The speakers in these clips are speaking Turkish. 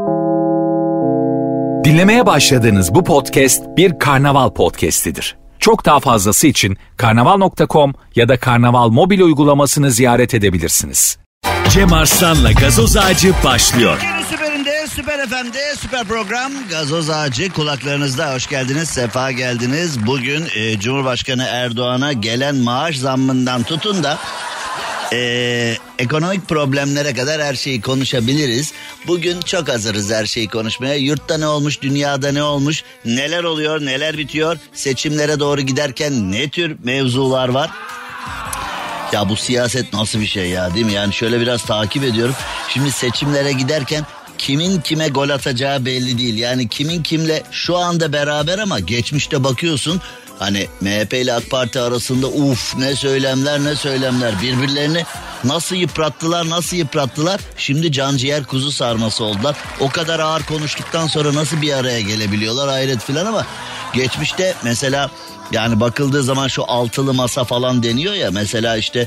Dinlemeye başladığınız bu podcast bir karnaval podcastidir. Çok daha fazlası için karnaval.com ya da karnaval mobil uygulamasını ziyaret edebilirsiniz. Cem Arslan'la Gazoz Ağacı başlıyor. Süperinde, Süper FM'de, süper program Gazoz Ağacı kulaklarınızda. Hoş geldiniz, sefa geldiniz. Bugün Cumhurbaşkanı Erdoğan'a gelen maaş zammından tutun da ekonomik problemlere kadar her şeyi konuşabiliriz. Bugün çok hazırız her şeyi konuşmaya. Yurtta ne olmuş, dünyada ne olmuş, neler oluyor, neler bitiyor, seçimlere doğru giderken ne tür mevzular var? Ya bu siyaset nasıl bir şey ya, değil mi? Yani şöyle biraz takip ediyorum. Şimdi seçimlere giderken kimin kime gol atacağı belli değil. Yani kimin kimle şu anda beraber ama geçmişte bakıyorsun... Hani MHP ile AK Parti arasında ne söylemler birbirlerini nasıl yıprattılar. Şimdi canciğer kuzu sarması oldular. O kadar ağır konuştuktan sonra nasıl bir araya gelebiliyorlar, hayret filan. Ama geçmişte mesela yani bakıldığı zaman şu altılı masa falan deniyor ya, mesela işte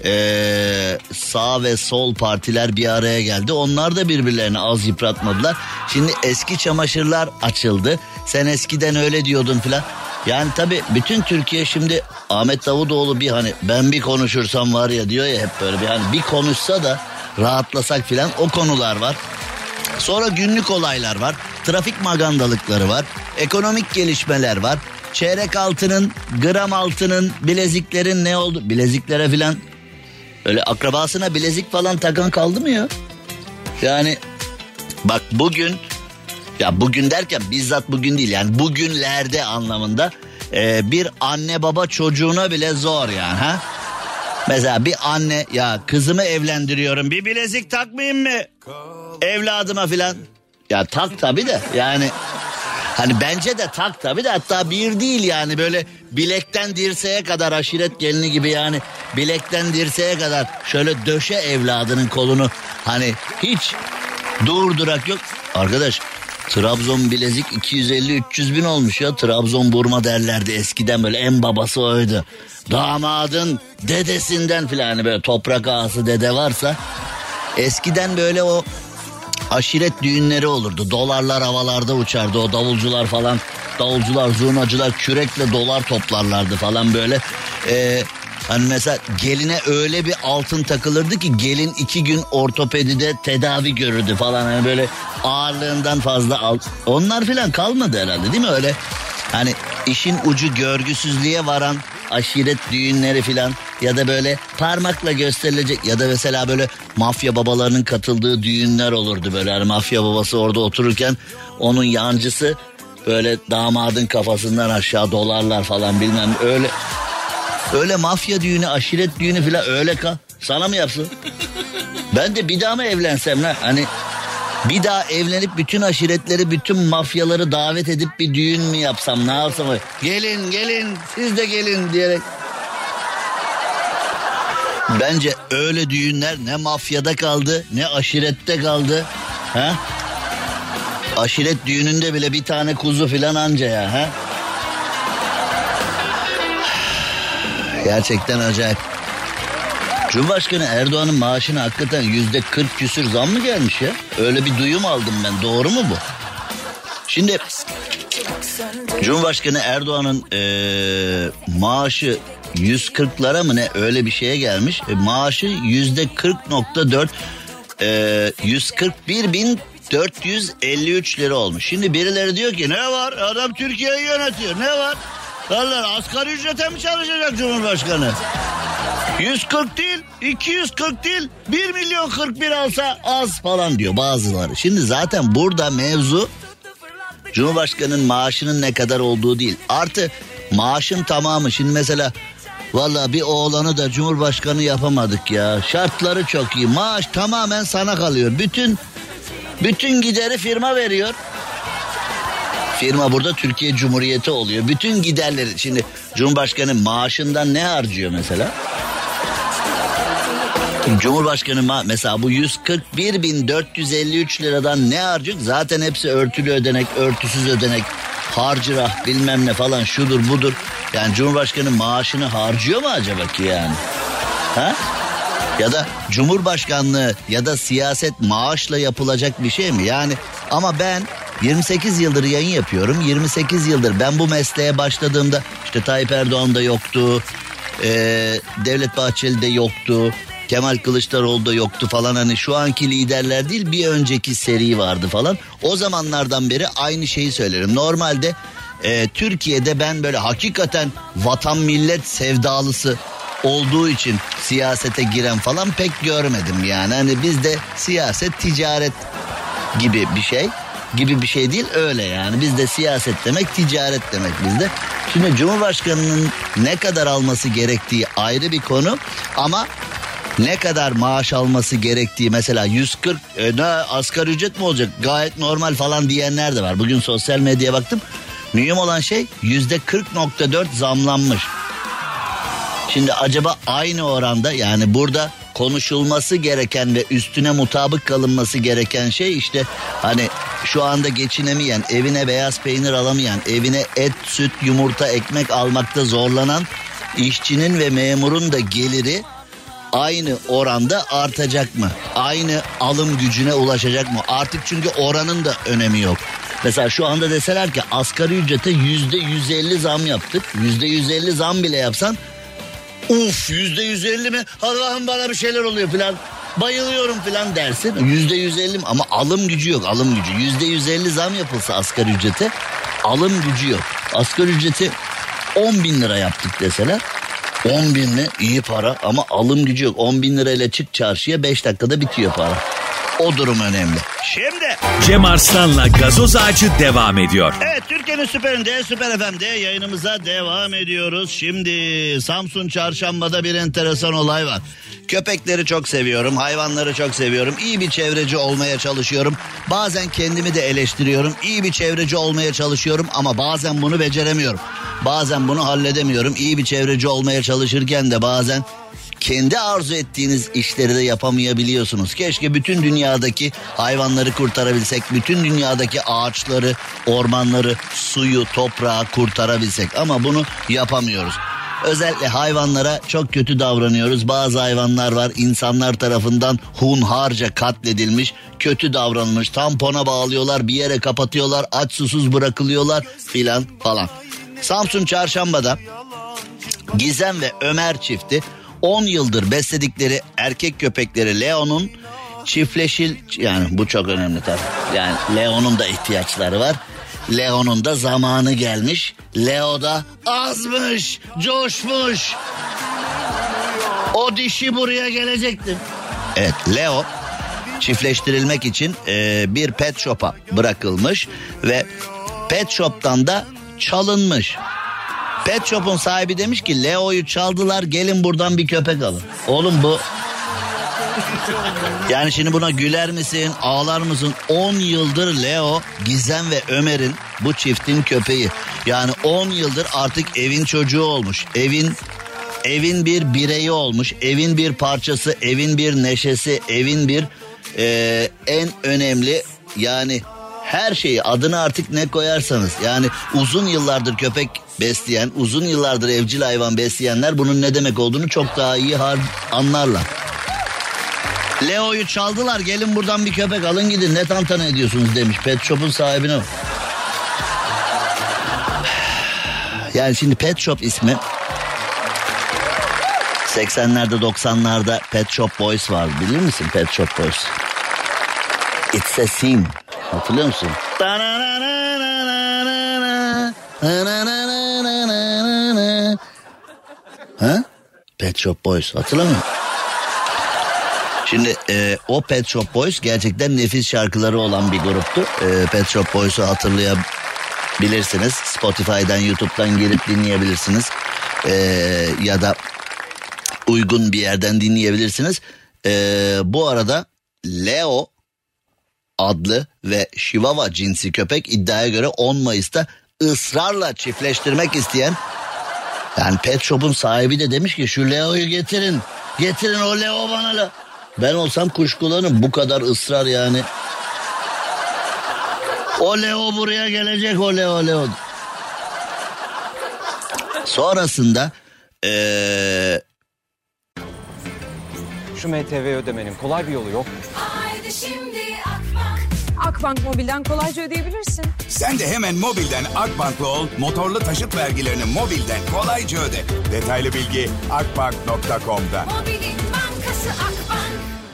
sağ ve sol partiler bir araya geldi. Onlar da birbirlerini az yıpratmadılar. Şimdi eski çamaşırlar açıldı. Sen eskiden öyle diyordun filan. Yani tabii bütün Türkiye şimdi Ahmet Davutoğlu ben bir konuşursam var ya diyor ya, hep böyle bir konuşsa da rahatlasak filan, o konular var. Sonra günlük olaylar var, trafik magandalıkları var, ekonomik gelişmeler var. Çeyrek altının, gram altının, bileziklerin ne oldu? Bileziklere filan öyle akrabasına bilezik falan takan kaldı mı ya? Yani bak bugün... Ya bugün derken bizzat bugün değil, yani bugünlerde anlamında bir anne baba çocuğuna bile zor yani, ha? Mesela bir anne, ya kızımı evlendiriyorum, bir bilezik takmayayım mı evladıma filan? Ya tak tabii de yani hani bence de tak tabii de, hatta bir değil yani, böyle bilekten dirseğe kadar, aşiret gelini gibi yani, bilekten dirseğe kadar şöyle döşe evladının kolunu, hani hiç durdurak yok. Arkadaş, Trabzon bilezik 250-300 bin olmuş ya. Trabzon burma derlerdi eskiden, böyle en babası oydu. Damadın dedesinden filan, hani böyle toprak ağası dede varsa. Eskiden böyle o aşiret düğünleri olurdu. Dolarlar havalarda uçardı, o davulcular falan. Davulcular, zurnacılar kürekle dolar toplarlardı falan böyle. Hani mesela geline öyle bir altın takılırdı ki gelin 2 gün ortopedide tedavi görürdü falan. Hani böyle ağırlığından fazla onlar filan kalmadı herhalde, değil mi öyle? Hani işin ucu görgüsüzlüğe varan aşiret düğünleri filan, ya da böyle parmakla gösterilecek, ya da mesela böyle mafya babalarının katıldığı düğünler olurdu böyle. Hani mafya babası orada otururken onun yancısı böyle damadın kafasından aşağı dolarlar falan, bilmem öyle. Öyle mafya düğünü, aşiret düğünü filan öyle sana mı yapsın? Ben de bir daha mı evlensem lan? Hani bir daha evlenip bütün aşiretleri, bütün mafyaları davet edip bir düğün mü yapsam, ne yapsam? Gelin siz de gelin diyerek. Bence öyle düğünler ne mafyada kaldı, ne aşirette kaldı. Ha? Aşiret düğününde bile bir tane kuzu filan anca ya. Ha? Gerçekten acayip. Cumhurbaşkanı Erdoğan'ın maaşına hakikaten %40 küsür zam mı gelmiş ya? Öyle bir duyum aldım ben. Doğru mu bu? Şimdi Cumhurbaşkanı Erdoğan'ın maaşı 140'lara mı ne, öyle bir şeye gelmiş. Maaşı %40.4, 141.453 lira olmuş. Şimdi birileri diyor ki ne var? Adam Türkiye'yi yönetiyor. Ne var? Allah, asgari ücrete mi çalışacak Cumhurbaşkanı? 140 değil, 240 değil, 1.041.000 alsa az falan diyor bazıları. Şimdi zaten burada mevzu Cumhurbaşkanının maaşının ne kadar olduğu değil. Artı maaşın tamamı. Şimdi mesela vallahi bir oğlanı da Cumhurbaşkanı yapamadık ya. Şartları çok iyi. Maaş tamamen sana kalıyor. Bütün gideri firma veriyor. Firma burada Türkiye Cumhuriyeti oluyor. Bütün giderleri, şimdi Cumhurbaşkanı maaşından ne harcıyor mesela? Cumhurbaşkanı mesela bu 141.453 liradan ne harcıyor? Zaten hepsi örtülü ödenek, örtüsüz ödenek, harcırah bilmem ne falan, şudur budur. Yani Cumhurbaşkanı maaşını harcıyor mu acaba ki yani? Ha? Ya da cumhurbaşkanlığı ya da siyaset maaşla yapılacak bir şey mi? Yani ama ben 28 yıldır yayın yapıyorum. 28 yıldır ben bu mesleğe başladığımda işte Tayyip Erdoğan da yoktu. Devlet Bahçeli de yoktu. Kemal Kılıçdaroğlu da yoktu falan, hani şu anki liderler değil, bir önceki seri vardı falan. O zamanlardan beri aynı şeyi söylerim. Normalde Türkiye'de ben böyle hakikaten vatan millet sevdalısı olduğu için siyasete giren falan pek görmedim yani. Hani bizde siyaset ticaret gibi bir şey değil, öyle yani. Bizde siyaset demek ticaret demek bizde. Şimdi Cumhurbaşkanı'nın ne kadar alması gerektiği ayrı bir konu ama ne kadar maaş alması gerektiği, mesela 140 ne asgari ücret mi olacak, gayet normal falan diyenler de var. Bugün sosyal medyaya baktım, mühim olan şey %40.4 zamlanmış. Şimdi acaba aynı oranda, yani burada konuşulması gereken ve üstüne mutabık kalınması gereken şey işte hani şu anda geçinemeyen, evine beyaz peynir alamayan, evine et, süt, yumurta, ekmek almakta zorlanan işçinin ve memurun da geliri aynı oranda artacak mı? Aynı alım gücüne ulaşacak mı? Artık çünkü oranın da önemi yok. Mesela şu anda deseler ki asgari ücrete %150 zam yaptık. %150 zam bile yapsan, uf %150 mi? Allah'ım bana bir şeyler oluyor falan, bayılıyorum falan dersin. %150 mi? Ama alım gücü yok, alım gücü. %150 zam yapılsa asgari ücrete, alım gücü yok. Asgari ücreti 10 bin lira yaptık deseler, 10 bin mi? İyi para ama alım gücü yok. 10 bin lirayla çık çarşıya, 5 dakikada bitiyor para. O durum önemli. Şimdi Cem Arslan'la Gazoz Ağacı devam ediyor. evet, Türkiye'nin süperinde, Süper FM'de yayınımıza devam ediyoruz. Şimdi Samsun Çarşamba'da bir enteresan olay var. Köpekleri çok seviyorum, hayvanları çok seviyorum. İyi bir çevreci olmaya çalışıyorum. Bazen kendimi de eleştiriyorum. İyi bir çevreci olmaya çalışıyorum ama bazen bunu beceremiyorum. Bazen bunu halledemiyorum. İyi bir çevreci olmaya çalışırken de bazen kendi arzu ettiğiniz işleri de yapamayabiliyorsunuz. Keşke bütün dünyadaki hayvanları kurtarabilsek, bütün dünyadaki ağaçları, ormanları, suyu, toprağı kurtarabilsek ama bunu yapamıyoruz. Özellikle hayvanlara çok kötü davranıyoruz. Bazı hayvanlar var, insanlar tarafından hunharca katledilmiş, kötü davranılmış. Tampona bağlıyorlar, bir yere kapatıyorlar, aç susuz bırakılıyorlar filan falan. Samsun Çarşamba'da Gizem ve Ömer çifti 10 yıldır besledikleri erkek köpekleri Leo'nun yani bu çok önemli tabii. Yani Leo'nun da ihtiyaçları var. Leo'nun da zamanı gelmiş. Leo da azmış, coşmuş. O dişi buraya gelecekti. Evet, Leo çiftleştirilmek için bir pet shop'a bırakılmış ve pet shop'tan da çalınmış. Pet shop'un sahibi demiş ki Leo'yu çaldılar, gelin buradan bir köpek alın. Oğlum bu... Yani şimdi buna güler misin, ağlar mısın? 10 yıldır Leo, Gizem ve Ömer'in, bu çiftin köpeği. Yani 10 yıldır artık evin çocuğu olmuş. Evin bir bireyi olmuş. Evin bir parçası, evin bir neşesi, evin bir en önemli, yani her şeyi, adını artık ne koyarsanız. Yani uzun yıllardır köpek besleyen, uzun yıllardır evcil hayvan besleyenler bunun ne demek olduğunu çok daha iyi anlarlar. Leo'yu çaldılar, gelin buradan bir köpek alın gidin, ne tantana ediyorsunuz demiş pet shop'un sahibine. Yani şimdi pet shop ismi 80'lerde 90'larda Pet Shop Boys vardı, bilir misin Pet Shop Boys? It's a sin, hatırlıyor musun? Ha? Pet Shop Boys, hatırlamıyor musun? Şimdi o Pet Shop Boys gerçekten nefis şarkıları olan bir gruptu. Pet Shop Boys'u hatırlayabilirsiniz. Spotify'dan, YouTube'dan girip dinleyebilirsiniz. Ya da uygun bir yerden dinleyebilirsiniz. Bu arada Leo adlı ve Chihuahua cinsi köpek iddiaya göre 10 Mayıs'ta ısrarla çiftleştirmek isteyen, yani Pet Shop'un sahibi de demiş ki şu Leo'yu getirin. Getirin o Leo bana la. Ben olsam kuşkulanırım, bu kadar ısrar yani. O Leo buraya gelecek, o Leo. Sonrasında Şu MTV ödemenin kolay bir yolu yok. Haydi şimdi Akbank Mobil'den kolayca ödeyebilirsin. Sen de hemen mobilden Akbank'la ol, motorlu taşıt vergilerini mobilden kolayca öde. Detaylı bilgi akbank.com'da. Mobilin bankası Akbank.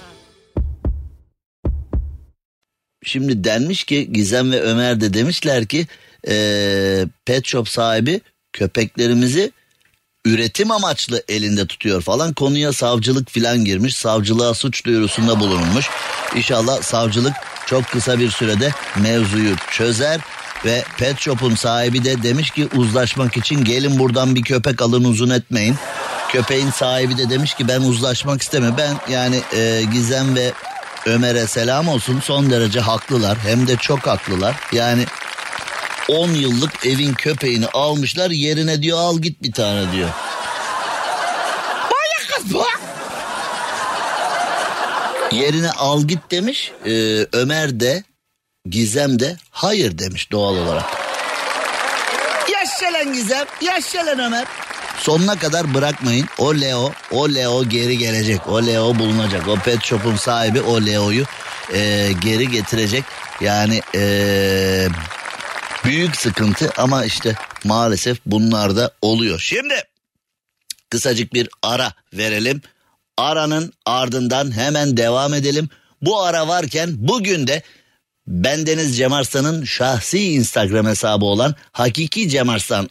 Şimdi denmiş ki Gizem ve Ömer de demişler ki pet shop sahibi köpeklerimizi üretim amaçlı elinde tutuyor falan. Konuya savcılık filan girmiş. Savcılığa suç duyurusunda bulunmuş. İnşallah savcılık çok kısa bir sürede mevzuyu çözer ve pet shop'un sahibi de demiş ki uzlaşmak için gelin buradan bir köpek alın, uzun etmeyin. Köpeğin sahibi de demiş ki ben uzlaşmak istemiyorum. Ben yani Gizem ve Ömer'e selam olsun, son derece haklılar, hem de çok haklılar. Yani 10 yıllık evin köpeğini almışlar, yerine diyor al git bir tane diyor. Yerine al git demiş. Ömer de Gizem de hayır demiş doğal olarak. Yaşa lan Gizem, yaşa lan Ömer. Sonuna kadar bırakmayın. O Leo geri gelecek. O Leo bulunacak. O pet shop'un sahibi o Leo'yu geri getirecek. Yani büyük sıkıntı ama işte maalesef bunlar da oluyor. Şimdi kısacık bir ara verelim. Aranın ardından hemen devam edelim. Bu ara varken bugün de bendeniz Cem Arslan'ın şahsi Instagram hesabı olan Hakiki Cem Arslan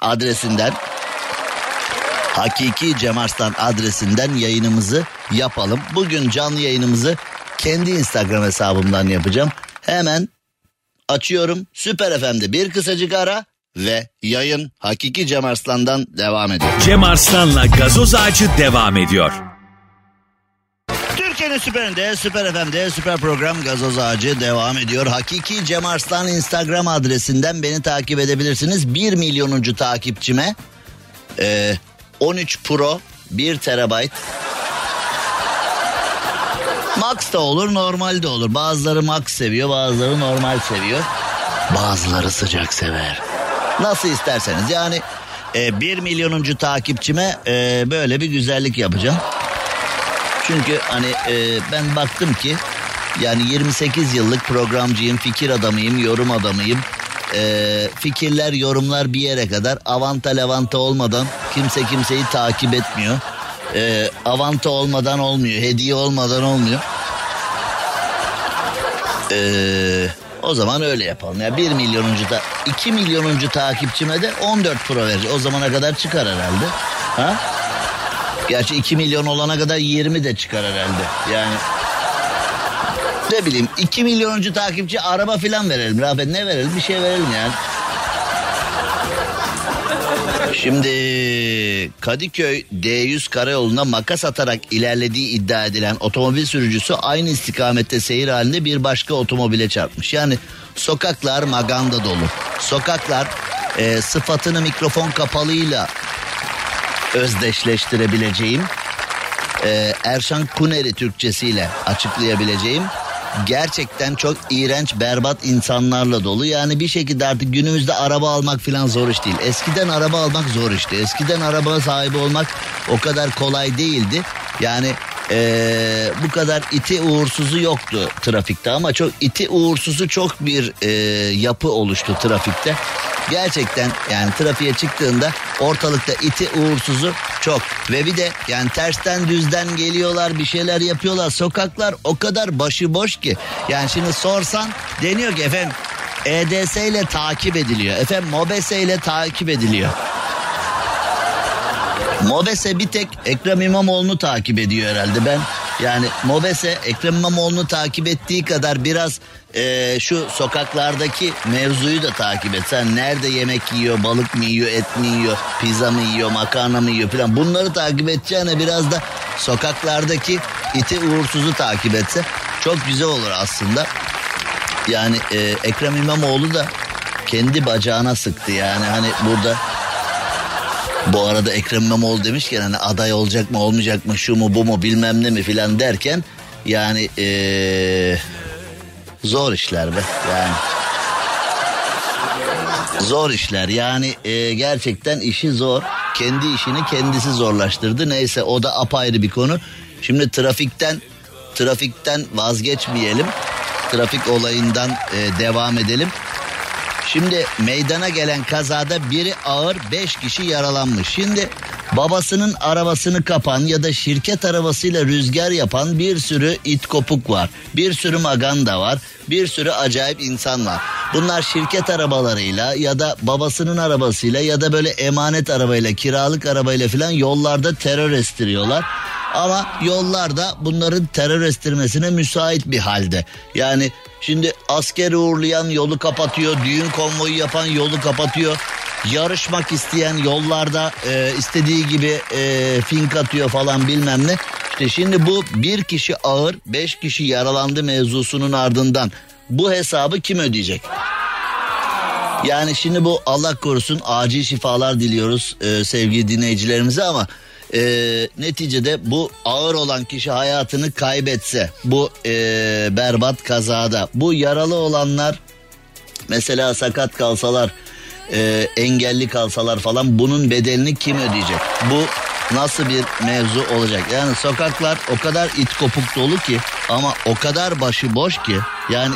adresinden yayınımızı yapalım. Bugün canlı yayınımızı kendi Instagram hesabımdan yapacağım. Hemen açıyorum. Süper FM'de bir kısacık ara ve yayın Hakiki Cem Arslan'dan devam ediyor. Cem Arslan'la Gazoz Ağacı devam ediyor. Türkiye'nin süperinde, Süper FM'de süper program Gazoz Ağacı devam ediyor. Hakiki Cem Arslan Instagram adresinden beni takip edebilirsiniz. 1 milyonuncu takipçime 13 Pro 1 terabayt Max da olur, normal de olur. Bazıları Max seviyor, bazıları normal seviyor. Bazıları sıcak sever. Nasıl isterseniz yani 1 milyonuncu takipçime böyle bir güzellik yapacağım. Çünkü hani ben baktım ki yani 28 yıllık programcıyım, fikir adamıyım, yorum adamıyım. Fikirler, yorumlar bir yere kadar, avanta levanta olmadan kimse kimseyi takip etmiyor. Avanta olmadan olmuyor, hediye olmadan olmuyor. O zaman öyle yapalım. Ya 1 milyonuncu da 2 milyonuncu takipçime de 14 Pro vereceğim. O zamana kadar çıkar herhalde. Ha? Gerçi 2 milyon olana kadar 20 de çıkar herhalde. Yani ne bileyim 2 milyonuncu takipçi araba filan verelim. Rafet ne verelim? Bir şey verelim yani. Şimdi Kadıköy D100 karayolunda makas atarak ilerlediği iddia edilen otomobil sürücüsü aynı istikamette seyir halinde bir başka otomobile çarpmış. Yani sokaklar maganda dolu. Sokaklar sıfatını mikrofon kapalıyla özdeşleştirebileceğim, Erşan Kuneri Türkçesiyle açıklayabileceğim gerçekten çok iğrenç, berbat insanlarla dolu. Yani bir şekilde artık günümüzde araba almak falan zor iş değil. Eskiden araba almak zor işti. Eskiden araba sahibi olmak o kadar kolay değildi. Yani bu kadar iti uğursuzu yoktu trafikte ama çok iti uğursuzu çok bir yapı oluştu trafikte. Gerçekten yani trafiğe çıktığında ortalıkta iti uğursuzu çok ve bir de yani tersten düzden geliyorlar, bir şeyler yapıyorlar. Sokaklar o kadar başıboş ki yani şimdi sorsan deniyor ki efendim EDS ile takip ediliyor, efendim MOBESE ile takip ediliyor. MOBESE bir tek Ekrem İmamoğlu'nu takip ediyor herhalde. Ben yani MOBESE Ekrem İmamoğlu'nu takip ettiği kadar biraz şu sokaklardaki mevzuyu da takip et. Sen nerede yemek yiyor, balık mı yiyor, et mi yiyor, pizza mı yiyor, makarna mı yiyor falan, bunları takip edeceğine biraz da sokaklardaki iti uğursuzu takip etse çok güzel olur aslında. Yani Ekrem İmamoğlu da kendi bacağına sıktı yani hani burada. Bu arada Ekrem İmamoğlu demişken hani aday olacak mı olmayacak mı, şu mu bu mu bilmem ne mi filan derken yani zor işler be yani. Zor işler yani gerçekten işi zor. Kendi işini kendisi zorlaştırdı. Neyse o da apayrı bir konu. Şimdi trafikten vazgeçmeyelim. Trafik olayından devam edelim. Şimdi meydana gelen kazada biri ağır, 5 kişi yaralanmış. Şimdi babasının arabasını kapan ya da şirket arabasıyla rüzgar yapan bir sürü it kopuk var. Bir sürü maganda var. Bir sürü acayip insan var. Bunlar şirket arabalarıyla ya da babasının arabasıyla ya da böyle emanet arabayla, kiralık arabayla falan yollarda terör estiriyorlar. Ama yollarda bunların terör estirmesine müsait bir halde. Yani şimdi asker uğurlayan yolu kapatıyor, düğün konvoyu yapan yolu kapatıyor. Yarışmak isteyen yollarda istediği gibi fink atıyor falan bilmem ne. İşte şimdi bu bir kişi ağır, 5 kişi yaralandı mevzusunun ardından bu hesabı kim ödeyecek? Yani şimdi bu Allah korusun, acil şifalar diliyoruz sevgili dinleyicilerimize ama neticede bu ağır olan kişi hayatını kaybetse bu berbat kazada, bu yaralı olanlar mesela sakat kalsalar, engelli kalsalar falan, bunun bedelini kim ödeyecek? Bu nasıl bir mevzu olacak? Yani sokaklar o kadar it kopuk dolu ki ama o kadar başıboş ki, yani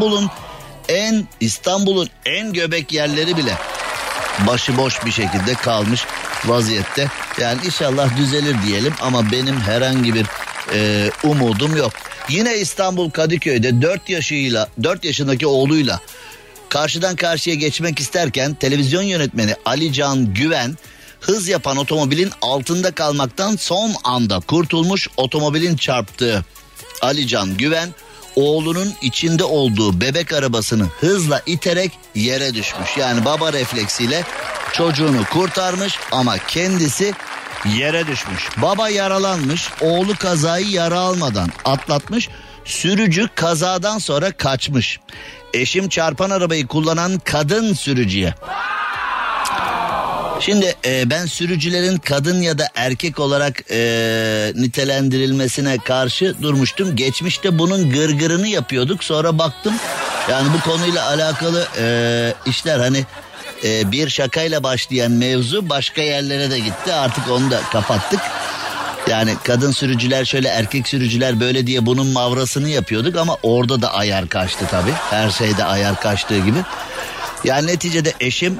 İstanbul'un en göbek yerleri bile başıboş bir şekilde kalmış vaziyette. Yani inşallah düzelir diyelim ama benim herhangi bir umudum yok. Yine İstanbul Kadıköy'de 4 yaşındaki oğluyla karşıdan karşıya geçmek isterken televizyon yönetmeni Ali Can Güven hız yapan otomobilin altında kalmaktan son anda kurtulmuş. Otomobilin çarptığı Ali Can Güven oğlunun içinde olduğu bebek arabasını hızla iterek yere düşmüş. Yani baba refleksiyle çocuğunu kurtarmış ama kendisi yere düşmüş. Baba yaralanmış, oğlu kazayı yara almadan atlatmış. Sürücü kazadan sonra kaçmış. Eşim çarpan arabayı kullanan kadın sürücüye. Şimdi ben sürücülerin kadın ya da erkek olarak nitelendirilmesine karşı durmuştum. Geçmişte bunun gırgırını yapıyorduk. Sonra baktım yani bu konuyla alakalı işler hani bir şakayla başlayan mevzu başka yerlere de gitti. Artık onu da kapattık. Yani kadın sürücüler şöyle, erkek sürücüler böyle diye bunun mavrasını yapıyorduk ama orada da ayar kaçtı tabii. Her şeyde ayar kaçtığı gibi. Yani neticede eşim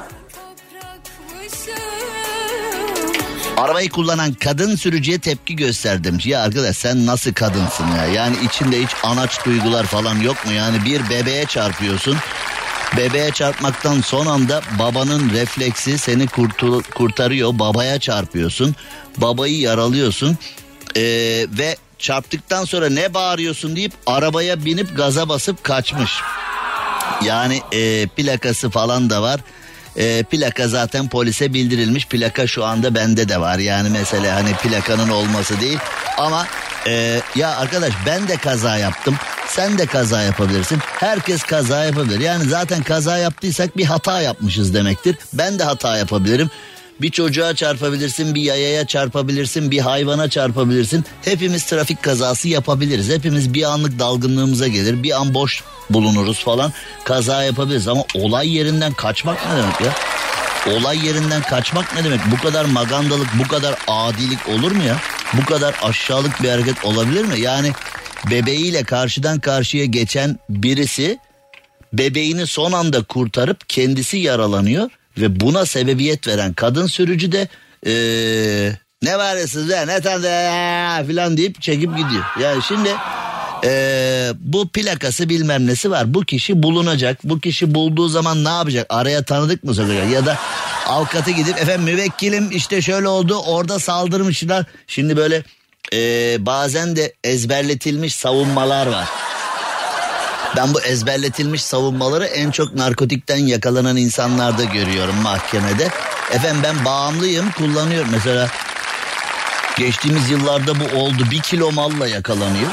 arabayı kullanan kadın sürücüye tepki gösterdim. Ya arkadaş sen nasıl kadınsın ya? Yani içinde hiç anaç duygular falan yok mu? Yani bir bebeğe çarpıyorsun. Bebeğe çarpmaktan son anda babanın refleksi seni kurtarıyor. Babaya çarpıyorsun. Babayı yaralıyorsun. Ve çarptıktan sonra ne bağırıyorsun deyip arabaya binip gaza basıp kaçmış. Yani plakası falan da var. Plaka zaten polise bildirilmiş. Plaka şu anda bende de var. Yani mesele hani plakanın olması değil. Ama ya arkadaş ben de kaza yaptım. Sen de kaza yapabilirsin. Herkes kaza yapabilir. Yani zaten kaza yaptıysak bir hata yapmışız demektir. Ben de hata yapabilirim. Bir çocuğa çarpabilirsin, bir yayaya çarpabilirsin, bir hayvana çarpabilirsin. Hepimiz trafik kazası yapabiliriz. Hepimiz bir anlık dalgınlığımıza gelir. Bir an boş bulunuruz falan. Kaza yapabiliriz ama olay yerinden kaçmak ne demek ya? Olay yerinden kaçmak ne demek? Bu kadar magandalık, bu kadar adilik olur mu ya? Bu kadar aşağılık bir hareket olabilir mi? Yani bebeğiyle karşıdan karşıya geçen birisi bebeğini son anda kurtarıp kendisi yaralanıyor ve buna sebebiyet veren kadın sürücü de ne var ya siz ne tanıdı filan deyip çekip gidiyor. Yani şimdi bu plakası bilmem nesi var. Bu kişi bulunacak. Bu kişi bulduğu zaman ne yapacak? Araya tanıdık mı sokacak? Ya da avukatı gidip efendim müvekkilim işte şöyle oldu orada saldırmışlar. Şimdi böyle bazen de ezberletilmiş savunmalar var. Ben bu ezberletilmiş savunmaları en çok narkotikten yakalanan insanlarda görüyorum mahkemede. Efendim ben bağımlıyım, kullanıyorum. Mesela geçtiğimiz yıllarda bu oldu. 1 kilo malla yakalanıyor.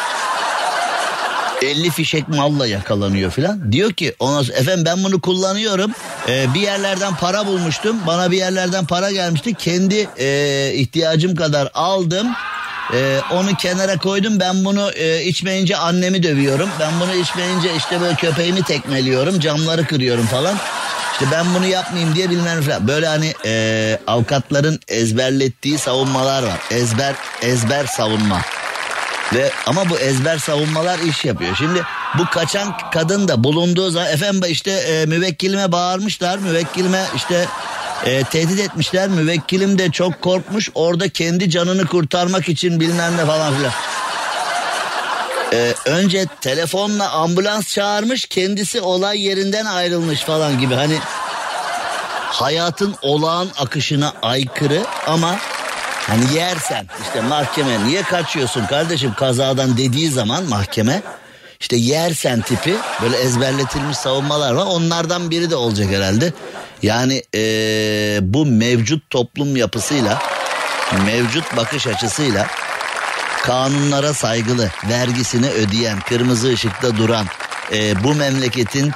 50 fişek malla yakalanıyor filan. Diyor ki ondan sonra, efendim ben bunu kullanıyorum. Bir yerlerden para bulmuştum. Bana bir yerlerden para gelmişti. Kendi ihtiyacım kadar aldım. Onu kenara koydum. Ben bunu içmeyince annemi dövüyorum. Ben bunu içmeyince işte böyle köpeğimi tekmeliyorum. Camları kırıyorum falan. İşte ben bunu yapmayayım diye bilmem falan. Böyle hani avukatların ezberlettiği savunmalar var. Ezber savunma. Ama bu ezber savunmalar iş yapıyor. Şimdi bu kaçan kadın da bulunduğu zaman efendim işte müvekkilime bağırmışlar. Müvekkilime işte tehdit etmişler. Müvekkilim de çok korkmuş. Orada kendi canını kurtarmak için bilmem ne falan filan. Önce telefonla ambulans çağırmış, kendisi olay yerinden ayrılmış falan gibi. Hani hayatın olağan akışına aykırı ama hani yersen işte mahkeme niye kaçıyorsun kardeşim kazadan dediği zaman mahkeme işte yersen tipi böyle ezberletilmiş savunmalar var. Onlardan biri de olacak herhalde. Yani bu mevcut toplum yapısıyla, mevcut bakış açısıyla kanunlara saygılı, vergisini ödeyen, kırmızı ışıkta duran, bu memleketin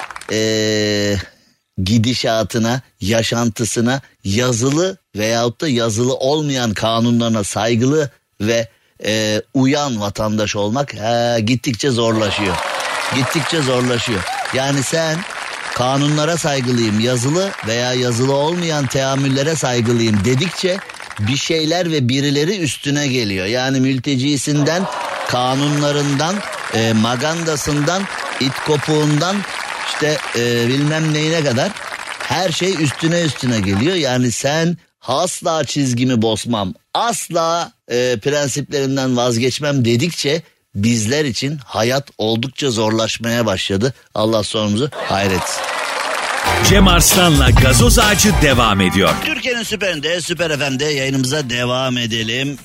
gidişatına, yaşantısına yazılı veyahut da yazılı olmayan kanunlarına saygılı ve uyan vatandaş olmak gittikçe zorlaşıyor. Gittikçe zorlaşıyor. Yani sen kanunlara saygılıyım, yazılı veya yazılı olmayan teamüllere saygılıyım dedikçe bir şeyler ve birileri üstüne geliyor. Yani mültecisinden, kanunlarından, magandasından, it kopuğundan işte bilmem neyine kadar her şey üstüne geliyor. Yani sen asla çizgimi bozmam, asla prensiplerimden vazgeçmem dedikçe bizler için hayat oldukça zorlaşmaya başladı. Allah sonumuzu hayretsin. Cem Arslan'la Gazoz Ağacı devam ediyor. Türkiye'nin süperinde, Süper FM'de yayınımıza devam edelim.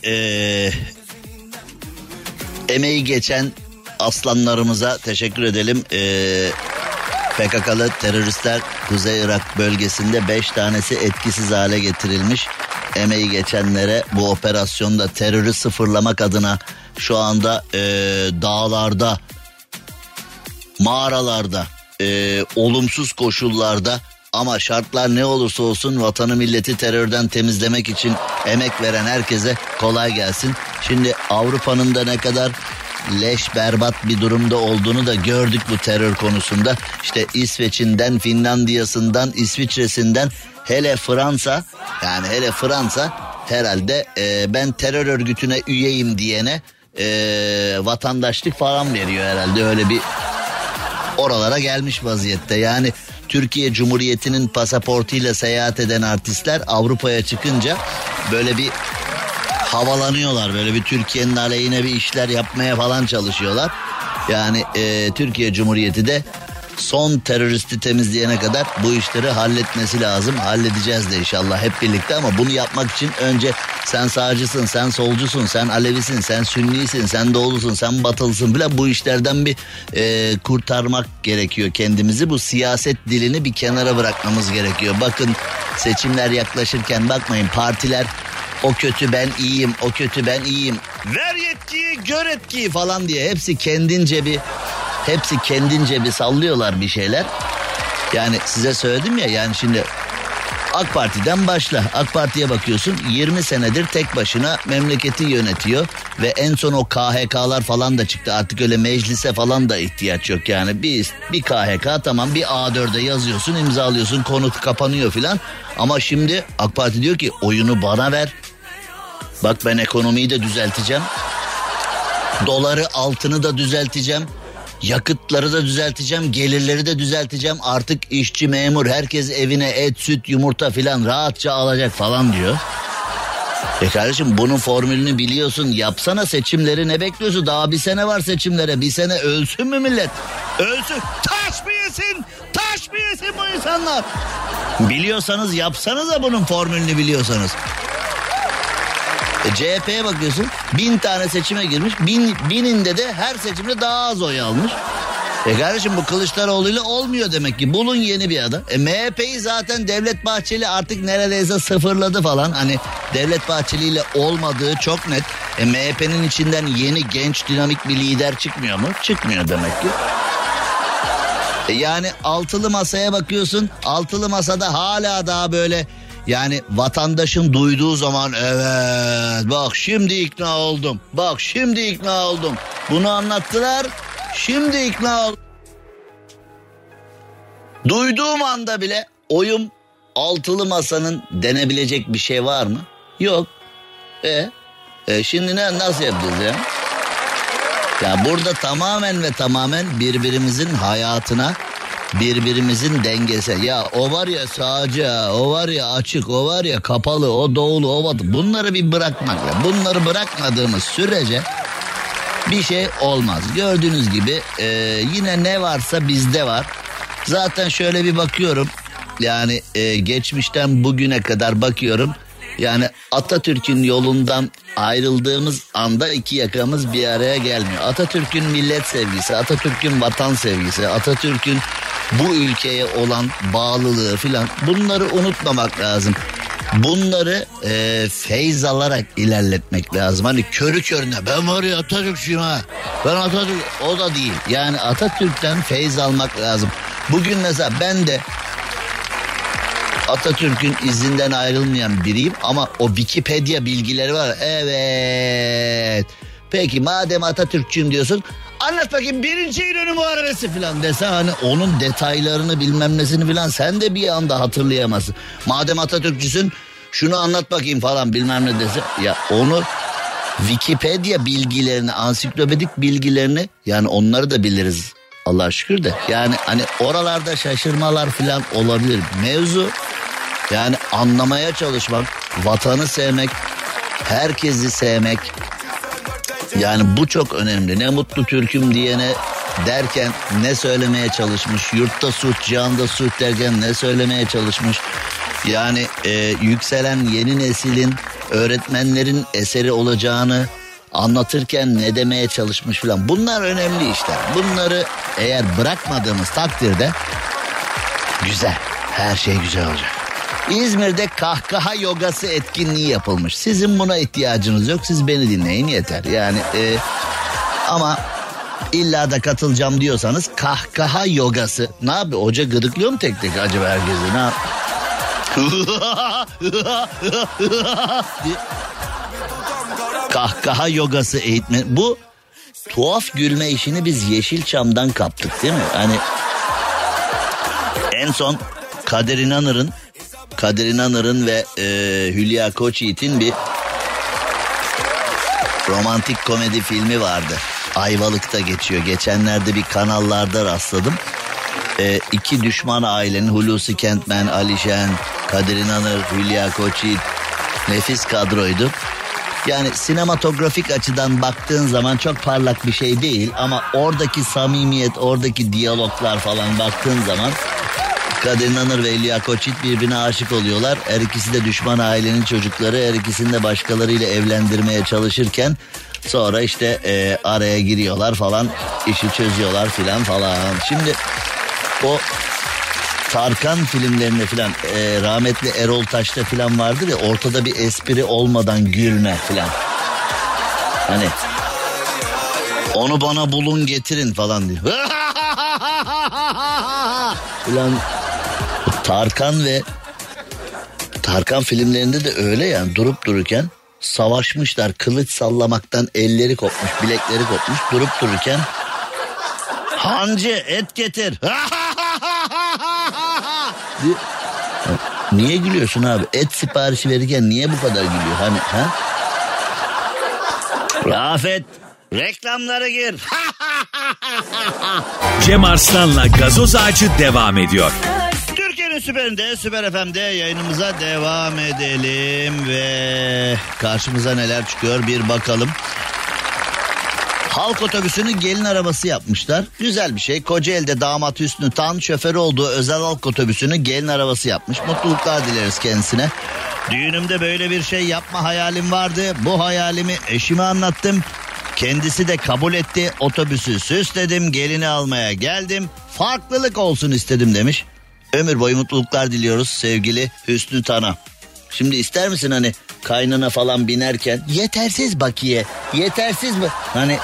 Emeği geçen aslanlarımıza teşekkür edelim. PKK'lı teröristler Kuzey Irak bölgesinde 5 tanesi etkisiz hale getirilmiş. Emeği geçenlere bu operasyonda terörü sıfırlamak adına şu anda dağlarda, mağaralarda, olumsuz koşullarda ama şartlar ne olursa olsun vatanı milleti terörden temizlemek için emek veren herkese kolay gelsin. Şimdi Avrupa'nın da ne kadar leş berbat bir durumda olduğunu da gördük bu terör konusunda. İşte İsveç'inden, Finlandiya'sından, İsviçre'sinden hele Fransa, yani hele Fransa herhalde ben terör örgütüne üyeyim diyene vatandaşlık falan veriyor herhalde, öyle bir oralara gelmiş vaziyette. Yani Türkiye Cumhuriyeti'nin pasaportuyla seyahat eden artistler Avrupa'ya çıkınca böyle bir havalanıyorlar, böyle bir Türkiye'nin aleyhine bir işler yapmaya falan çalışıyorlar. Yani Türkiye Cumhuriyeti de son teröristi temizleyene kadar bu işleri halletmesi lazım. Halledeceğiz de inşallah hep birlikte ama bunu yapmak için önce sen sağcısın, sen solcusun, sen Alevisin, sen Sünnisin, sen Doğulusun, sen Batılısın falan, bu işlerden bir kurtarmak gerekiyor kendimizi. Bu siyaset dilini bir kenara bırakmamız gerekiyor. Bakın seçimler yaklaşırken bakmayın partiler o kötü ben iyiyim, o kötü ben iyiyim, ver yetkiyi gör etkiyi falan diye hepsi kendince bir sallıyorlar bir şeyler. Yani size söyledim ya, yani şimdi AK Parti'den başla. AK Parti'ye bakıyorsun 20 senedir tek başına memleketi yönetiyor ve en son o KHK'lar falan da çıktı. Artık öyle meclise falan da ihtiyaç yok yani. Bir KHK tamam, bir A4'e yazıyorsun, imzalıyorsun, konu kapanıyor filan. Ama şimdi AK Parti diyor ki oyunu bana ver. Bak ben ekonomiyi de düzelteceğim. Doları, altını da düzelteceğim. Yakıtları da düzelteceğim, gelirleri de düzelteceğim. Artık işçi, memur, herkes evine et, süt, yumurta filan rahatça alacak falan diyor. Kardeşim bunun formülünü biliyorsun, yapsana seçimleri, ne bekliyorsun? Daha bir sene var seçimlere, bir sene ölsün mü millet? Ölsün, taş mı yesin? Taş mı yesin bu insanlar? Biliyorsanız yapsanıza, bunun formülünü biliyorsanız. CHP'ye bakıyorsun, 1000 tane seçime girmiş, bininde de her seçimde daha az oy almış. Kardeşim bu Kılıçdaroğlu'yla olmuyor demek ki, bulun yeni bir adam. MHP'yi zaten Devlet Bahçeli artık neredeyse sıfırladı falan. Hani Devlet Bahçeli ile olmadığı çok net. MHP'nin içinden yeni genç dinamik bir lider çıkmıyor mu? Çıkmıyor demek ki. Yani altılı masaya bakıyorsun, altılı masada hala daha böyle... Yani vatandaşın duyduğu zaman evet bak şimdi ikna oldum. Bak şimdi ikna oldum. Bunu anlattılar. Şimdi ikna oldum. Duyduğum anda bile oyun altılı masanın denebilecek bir şey var mı? Yok. Şimdi nasıl yapacağız ya? Ya burada tamamen ve tamamen birbirimizin hayatına, birbirimizin dengesi. Ya o var ya sağcı, o var ya açık, o var ya kapalı, o doğulu, o batı. Bunları bir bırakmak lazım. Bunları bırakmadığımız sürece bir şey olmaz. Gördüğünüz gibi yine ne varsa bizde var. Zaten şöyle bir bakıyorum. Yani geçmişten bugüne kadar bakıyorum. Yani Atatürk'ün yolundan ayrıldığımız anda iki yakamız bir araya gelmiyor. Atatürk'ün millet sevgisi, Atatürk'ün vatan sevgisi, Atatürk'ün bu ülkeye olan bağlılığı filan, bunları unutmamak lazım. Bunları feyz alarak ilerletmek lazım. Hani körü körüne ben var ya Atatürkçüyüm ha. Ben Atatürk, o da değil. Yani Atatürk'ten feyz almak lazım. Bugün mesela ben de Atatürk'ün izinden ayrılmayan biriyim ama o Wikipedia bilgileri var. Evet. Peki madem Atatürkçüyüm diyorsun, anlat bakayım 1. İnönü Muharebesi falan dese, hani onun detaylarını bilmem nesini falan sen de bir anda hatırlayamazsın. Madem Atatürkçüsün şunu anlat bakayım falan bilmem ne dese, ya onu Wikipedia bilgilerini, ansiklopedik bilgilerini, yani onları da biliriz Allah'a şükür de. Yani hani oralarda şaşırmalar falan olabilir. Mevzu yani anlamaya çalışmak, vatanı sevmek, herkesi sevmek. Yani bu çok önemli. Ne mutlu Türk'üm diyene derken ne söylemeye çalışmış? Yurtta sulh, cihanda sulh derken ne söylemeye çalışmış? Yani yükselen yeni neslin, öğretmenlerin eseri olacağını anlatırken ne demeye çalışmış falan. Bunlar önemli işler. Bunları eğer bırakmadığımız takdirde güzel, her şey güzel olacak. İzmir'de kahkaha yogası etkinliği yapılmış. Sizin buna ihtiyacınız yok. Siz beni dinleyin yeter. Yani ama illa da katılacağım diyorsanız kahkaha yogası. Ne yapıyor? Hoca gıdıklıyor mu tek tek acaba herkese? Ne kahkaha yogası eğitmen. Bu tuhaf gülme işini biz Yeşilçam'dan kaptık değil mi? Hani en son Kadir İnanır'ın ve Hülya Koçyiğit'in bir romantik komedi filmi vardı. Ayvalık'ta geçiyor. Geçenlerde bir kanallarda rastladım. İki düşman ailenin, Hulusi Kentmen, Alişen, Kadir İnanır, Hülya Koçyiğit, nefis kadroydu. Yani sinematografik açıdan baktığın zaman çok parlak bir şey değil ama oradaki samimiyet, oradaki diyaloglar falan baktığın zaman Kadir İnanır ve Hülya Koçyiğit birbirine aşık oluyorlar. Her ikisi de düşman ailenin çocukları, her ikisini de başkalarıyla evlendirmeye çalışırken sonra işte araya giriyorlar falan, işi çözüyorlar filan falan. Şimdi o Tarkan filmlerinde filan rahmetli Erol Taş'ta filan vardır ya, ortada bir espri olmadan gülme filan. Hani onu bana bulun getirin falan diyor. Filan. Tarkan filmlerinde de öyle yani, durup dururken savaşmışlar, kılıç sallamaktan elleri kopmuş, bilekleri kopmuş, durup dururken hancı et getir. Niye gülüyorsun abi? Et siparişi verirken niye bu kadar gülüyor? Hani ha? Rafet, reklamlara gir. Cem Arslan'la Gazoz Ağacı devam ediyor. Türkiye'nin süperinde, Süper FM'de yayınımıza devam edelim ve karşımıza neler çıkıyor bir bakalım. Halk otobüsünü gelin arabası yapmışlar. Güzel bir şey. Kocaeli'de damat Hüsnü Tan şoförü olduğu özel halk otobüsünü gelin arabası yapmış. Mutluluklar dileriz kendisine. Düğünümde böyle bir şey yapma hayalim vardı. Bu hayalimi eşime anlattım. Kendisi de kabul etti. Otobüsü süsledim, gelini almaya geldim. Farklılık olsun istedim demiş. Ömür boyu mutluluklar diliyoruz sevgili Hüsnü Tan'a. Şimdi ister misin hani kaynana falan binerken yetersiz bakiye, yetersiz mi? Hani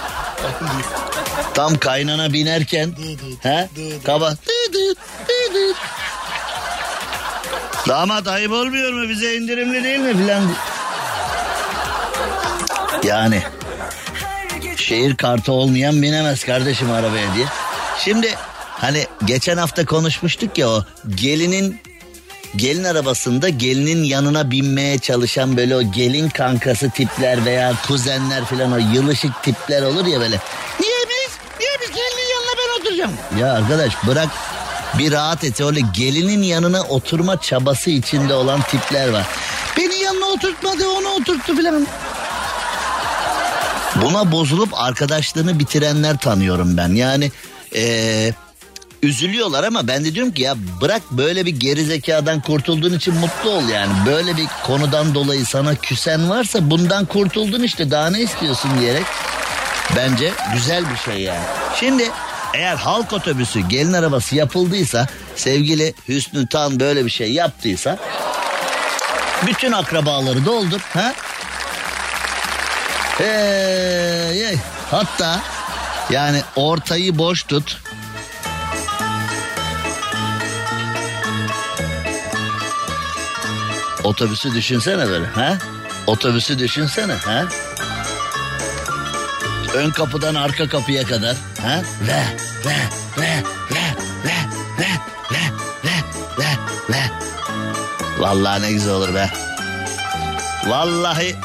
tam kaynana binerken kaba damat ayıp olmuyor mu, bize indirimli değil mi filan. Yani şehir kartı olmayan binemez kardeşim arabaya diye. Şimdi Hani geçen hafta konuşmuştuk ya, o gelin arabasında gelinin yanına binmeye çalışan böyle o gelin kankası tipler veya kuzenler falan, o yılışık tipler olur ya böyle. Niye biz gelinin yanına ben oturacağım? Ya arkadaş bırak bir rahat et. Öyle gelinin yanına oturma çabası içinde olan tipler var. Beni yanına oturtmadı, onu oturttu falan. Buna bozulup arkadaşlığını bitirenler tanıyorum ben. Yani üzülüyorlar ama ben de diyorum ki ya bırak, böyle bir gerizekadan kurtulduğun için mutlu ol yani. Böyle bir konudan dolayı sana küsen varsa bundan kurtuldun işte, daha ne istiyorsun diyerek. Bence güzel bir şey yani. Şimdi eğer halk otobüsü gelin arabası yapıldıysa, sevgili Hüsnü Tan böyle bir şey yaptıysa, bütün akrabaları doldur. Ha? Hatta yani ortayı boş tut. Otobüsü düşünsene böyle. Ha? Otobüsü düşünsene. Ha? Ön kapıdan arka kapıya kadar. Ha? Ve. Vallahi ne güzel olur be. Vallahi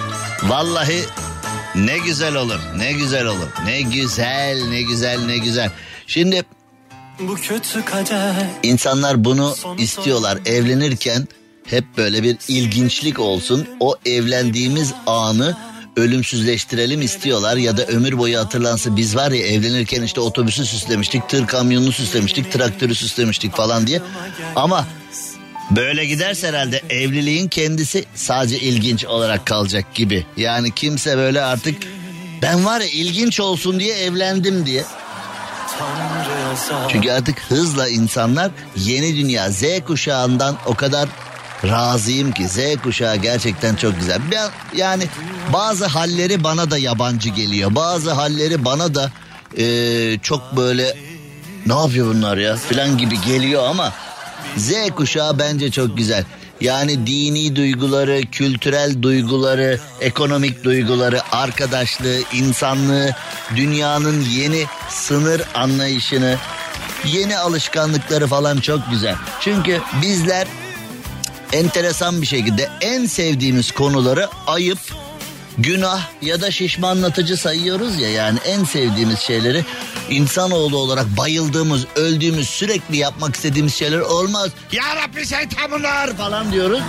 ne güzel olur. Ne güzel olur. Ne güzel. Şimdi bu kötü kader. İnsanlar bunu istiyorlar. Evlenirken hep böyle bir ilginçlik olsun. O evlendiğimiz anı ölümsüzleştirelim istiyorlar ya da ömür boyu hatırlansın. Biz var ya evlenirken işte otobüsü süslemiştik, tır kamyonunu süslemiştik, traktörü süslemiştik falan diye. Ama böyle giderse herhalde evliliğin kendisi sadece ilginç olarak kalacak gibi. Yani kimse böyle artık ben var ya ilginç olsun diye evlendim diye. Çünkü artık hızla insanlar yeni dünya Z kuşağından o kadar razıyım ki. Z kuşağı gerçekten çok güzel. Yani bazı halleri bana da yabancı geliyor. Bazı halleri bana da çok böyle ne yapıyor bunlar ya falan gibi geliyor ama Z kuşağı bence çok güzel. Yani dini duyguları, kültürel duyguları, ekonomik duyguları, arkadaşlığı, insanlığı, dünyanın yeni sınır anlayışını, yeni alışkanlıkları falan çok güzel. Çünkü bizler enteresan bir şekilde en sevdiğimiz konuları ayıp, günah ya da şişmanlatıcı sayıyoruz ya. Yani en sevdiğimiz şeyleri insanoğlu olarak bayıldığımız, öldüğümüz, sürekli yapmak istediğimiz şeyler olmaz. Ya Rabbi şeytan bunlar falan diyoruz.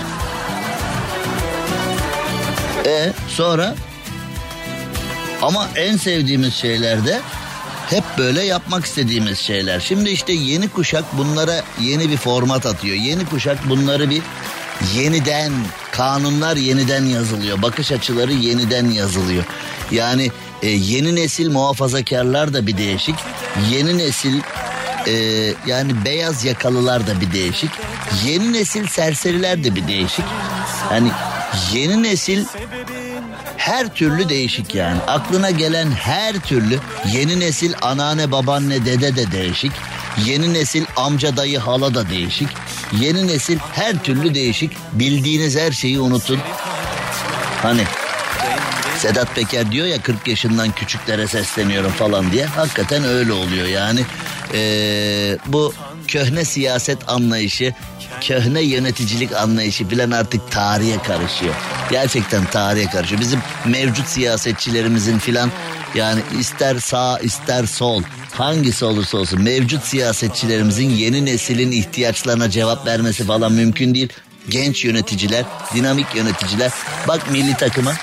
Sonra ama en sevdiğimiz şeyler de hep böyle yapmak istediğimiz şeyler. Şimdi işte yeni kuşak bunlara yeni bir format atıyor. Yeni kuşak bunları bir yeniden, kanunlar yeniden yazılıyor. Bakış açıları yeniden yazılıyor. Yani yeni nesil muhafazakarlar da bir değişik. Yeni nesil yani beyaz yakalılar da bir değişik. Yeni nesil serseriler de bir değişik. Hani yeni nesil her türlü değişik yani. Aklına gelen her türlü yeni nesil anneanne, babaanne, dede de değişik. Yeni nesil amca, dayı, hala da değişik. Yeni nesil her türlü değişik. Bildiğiniz her şeyi unutun. Hani Sedat Peker diyor ya 40 yaşından küçüklere sesleniyorum falan diye. Hakikaten öyle oluyor yani. Bu köhne siyaset anlayışı, köhne yöneticilik anlayışı filan artık tarihe karışıyor. Gerçekten tarihe karışıyor. Bizim mevcut siyasetçilerimizin filan yani ister sağ ister sol, hangisi olursa olsun mevcut siyasetçilerimizin yeni neslin ihtiyaçlarına cevap vermesi falan mümkün değil. Genç yöneticiler, dinamik yöneticiler. Bak milli takıma.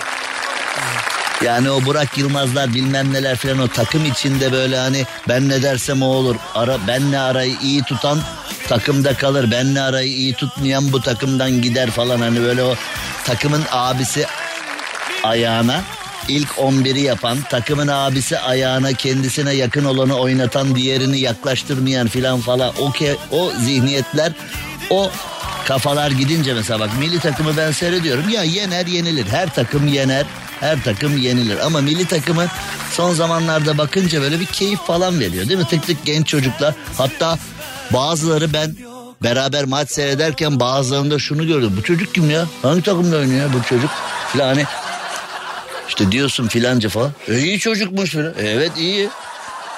Yani o Burak Yılmazlar bilmem neler falan, o takım içinde böyle hani ben ne dersem o olur. Benle arayı iyi tutan takımda kalır. Benle arayı iyi tutmayan bu takımdan gider falan. Hani böyle o takımın abisi ayağına ilk 11'i yapan, takımın abisi ayağına kendisine yakın olanı oynatan, diğerini yaklaştırmayan filan falan. O zihniyetler, o kafalar gidince mesela bak milli takımı ben seyrediyorum. Ya yener yenilir. Her takım yener. Her takım yenilir. Ama milli takımı son zamanlarda bakınca böyle bir keyif falan veriyor değil mi? Tık tık genç çocuklar. Hatta bazıları ben beraber maç seyrederken bazılarında şunu gördüm. Bu çocuk kim ya? Hangi takımda oynuyor bu çocuk? Falan hani işte diyorsun filanca falan. İyi çocukmuş falan. Evet iyi.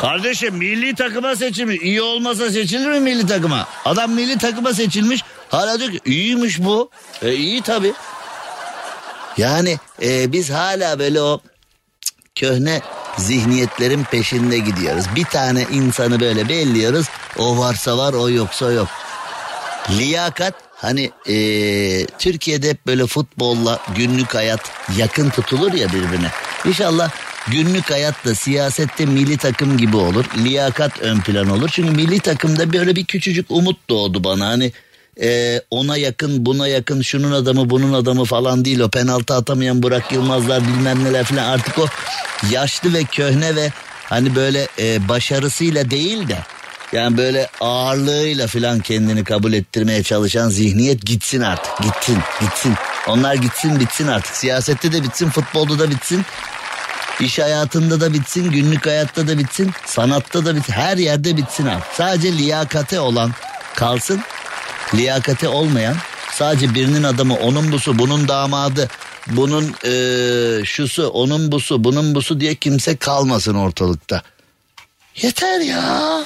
Kardeşim milli takıma seçilmiş. İyi olmasa seçilir mi milli takıma? Adam milli takıma seçilmiş. Hala diyor ki iyiymiş bu. İyi tabii. Yani biz hala böyle o köhne zihniyetlerin peşinde gidiyoruz. Bir tane insanı böyle belliyoruz. O varsa var, o yoksa yok. Liyakat hani Türkiye'de hep böyle futbolla günlük hayat yakın tutulur ya birbirine. İnşallah günlük hayatta, siyasette milli takım gibi olur. Liyakat ön plan olur. Çünkü milli takımda böyle bir küçücük umut doğdu bana. Hani ona yakın, buna yakın, şunun adamı, bunun adamı falan değil. O penaltı atamayan Burak Yılmazlar bilmem neler falan. Artık o yaşlı ve köhne ve hani böyle başarısıyla değil de yani böyle ağırlığıyla falan kendini kabul ettirmeye çalışan zihniyet gitsin artık. Gitsin. Onlar gitsin, bitsin artık. Siyasette de bitsin, futbolda da bitsin. İş hayatında da bitsin, günlük hayatta da bitsin, sanatta da bitsin. Her yerde bitsin artık. Sadece liyakate olan kalsın. Liyakate olmayan, sadece birinin adamı, onun busu, bunun damadı, bunun şusu, onun busu, bunun busu diye kimse kalmasın ortalıkta. Yeter ya.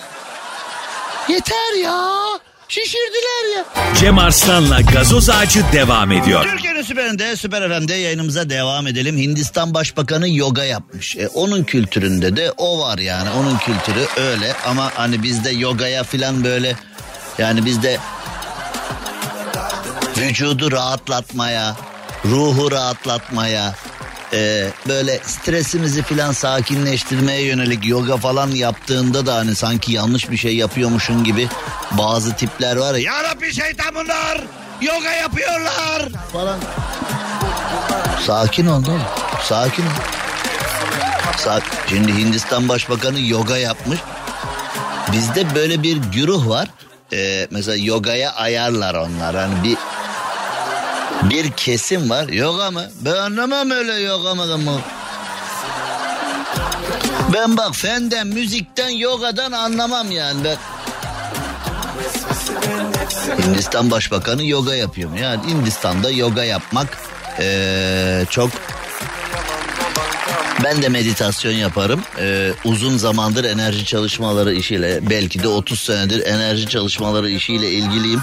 Şişirdiler ya. Cem Arslan'la Gazoz Ağacı devam ediyor. Türkiye'nin süperinde, Süper FM'de yayınımıza devam edelim. Hindistan Başbakanı yoga yapmış. Onun kültüründe de o var yani. Onun kültürü öyle ama hani bizde yogaya falan böyle yani bizde vücudu rahatlatmaya, ruhu rahatlatmaya, böyle stresimizi falan sakinleştirmeye yönelik yoga falan yaptığında da hani sanki yanlış bir şey yapıyormuşun gibi bazı tipler var ya. Ya Rabbi şeytan bunlar yoga yapıyorlar falan. Sakin ol oğlum, sakin ol. Şimdi Hindistan Başbakanı yoga yapmış. Bizde böyle bir güruh var. Mesela yogaya ayarlar onlar. Hani bir kesim var. Yoga mı? Ben anlamam öyle yoga mı? Ben bak fenden, müzikten, yogadan anlamam yani. Ben... Hindistan Başbakanı yoga yapıyor mu? Yani Hindistan'da yoga yapmak çok... Ben de meditasyon yaparım. Uzun zamandır enerji çalışmaları işiyle, belki de 30 senedir enerji çalışmaları işiyle ilgiliyim.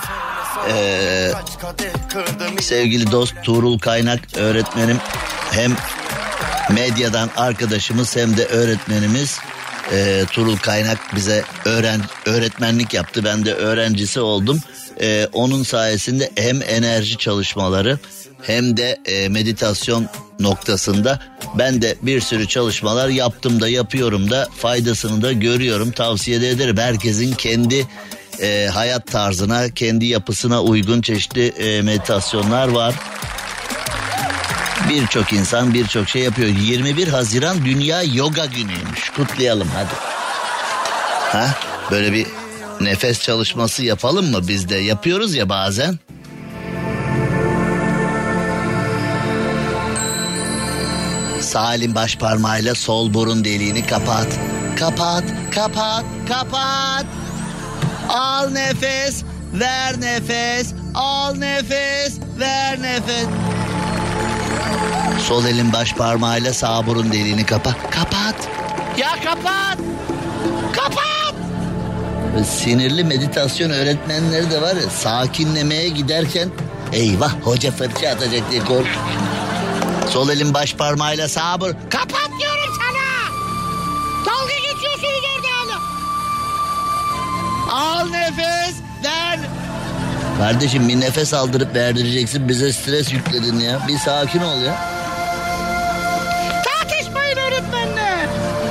Sevgili dost Tuğrul Kaynak öğretmenim, hem medyadan arkadaşımız hem de öğretmenimiz. Tuğrul Kaynak bize öğretmenlik yaptı. Ben de öğrencisi oldum. Onun sayesinde hem enerji çalışmaları hem de meditasyon noktasında ben de bir sürü çalışmalar yaptım da yapıyorum da, faydasını da görüyorum. Tavsiye de ederim. Herkesin kendi hayat tarzına, kendi yapısına uygun çeşitli meditasyonlar var. Birçok insan birçok şey yapıyor. 21 Haziran Dünya Yoga Günü'ymüş. Kutlayalım hadi. Ha? Böyle bir nefes çalışması yapalım mı biz de? Yapıyoruz ya bazen. Sağ elin baş parmağıyla sol burun deliğini kapat. Kapat. Al nefes, ver nefes. Al nefes, ver nefes. Sol elin baş parmağıyla sağ burun deliğini kapat. Ya kapat. Sinirli meditasyon öğretmenleri de var ya, sakinlemeye giderken eyvah hoca fırça atacak diye kork. Sol elin baş parmağıyla sağ burun. Kapat diyorum sana. Dalga geçiyorsunuz orada hala. Al nefes, ver. Kardeşim bir nefes aldırıp verdireceksin, bize stres yükledin ya. Bir sakin ol ya. Tartışmayın öğretmenle.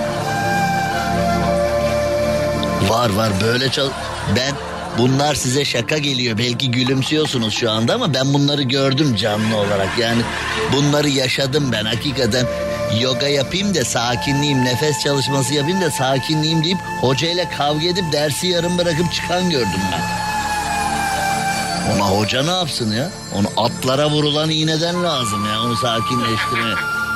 Var böyle ben, bunlar size şaka geliyor, belki gülümsüyorsunuz şu anda ama ben bunları gördüm canlı olarak. Yani bunları yaşadım ben hakikaten. Yoga yapayım da sakinleyeyim, nefes çalışması yapayım da sakinleyeyim deyip hocayla kavga edip dersi yarım bırakıp çıkan gördüm ben. Ona hoca ne yapsın ya? Onu atlara vurulan iğneden lazım ya, onu sakinleştirmeye.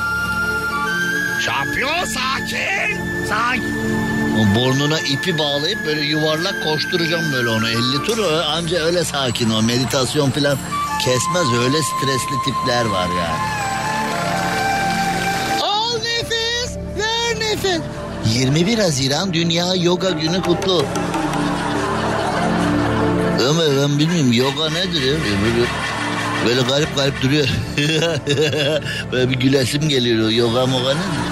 Şampiyon sakin. O burnuna ipi bağlayıp böyle yuvarlak koşturacağım böyle onu 50 tur, anca öyle sakin. O meditasyon falan kesmez, öyle stresli tipler var yani. Al nefes, ver nefes. 21 Haziran Dünya Yoga Günü kutlu. Ama ben bilmiyorum yoga nedir ya? Böyle garip garip duruyor. Böyle bir gülesim geliyor. Yoga moga nedir?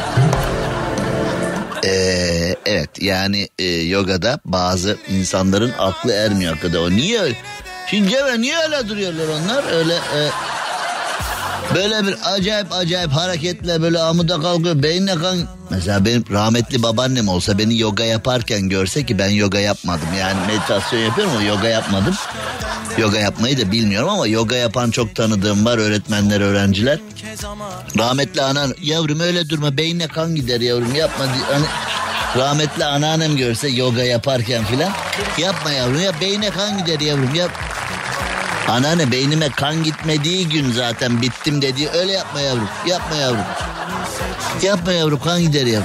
Evet yani yogada bazı insanların aklı ermiyor hakikaten. O niye öyle? Şimdi niye öyle duruyorlar onlar? Öyle böyle bir acayip hareketle böyle amuda kalkıyor. Beynine kan. Mesela benim rahmetli babaannem olsa beni yoga yaparken görse ki ben yoga yapmadım. Yani meditasyon yapıyorum ama yoga yapmadım. Yoga yapmayı da bilmiyorum ama yoga yapan çok tanıdığım var, öğretmenler, öğrenciler. Rahmetli anan, yavrum öyle durma beynine kan gider yavrum yapma. Hani rahmetli anneannem görse yoga yaparken filan, yapma yavrum ya beynine kan gider yavrum yap. Anneanne beynime kan gitmediği gün zaten bittim dedi. Öyle yapma yavrum. Yapma yavrum. Yapma yavrum kan gider yavrum.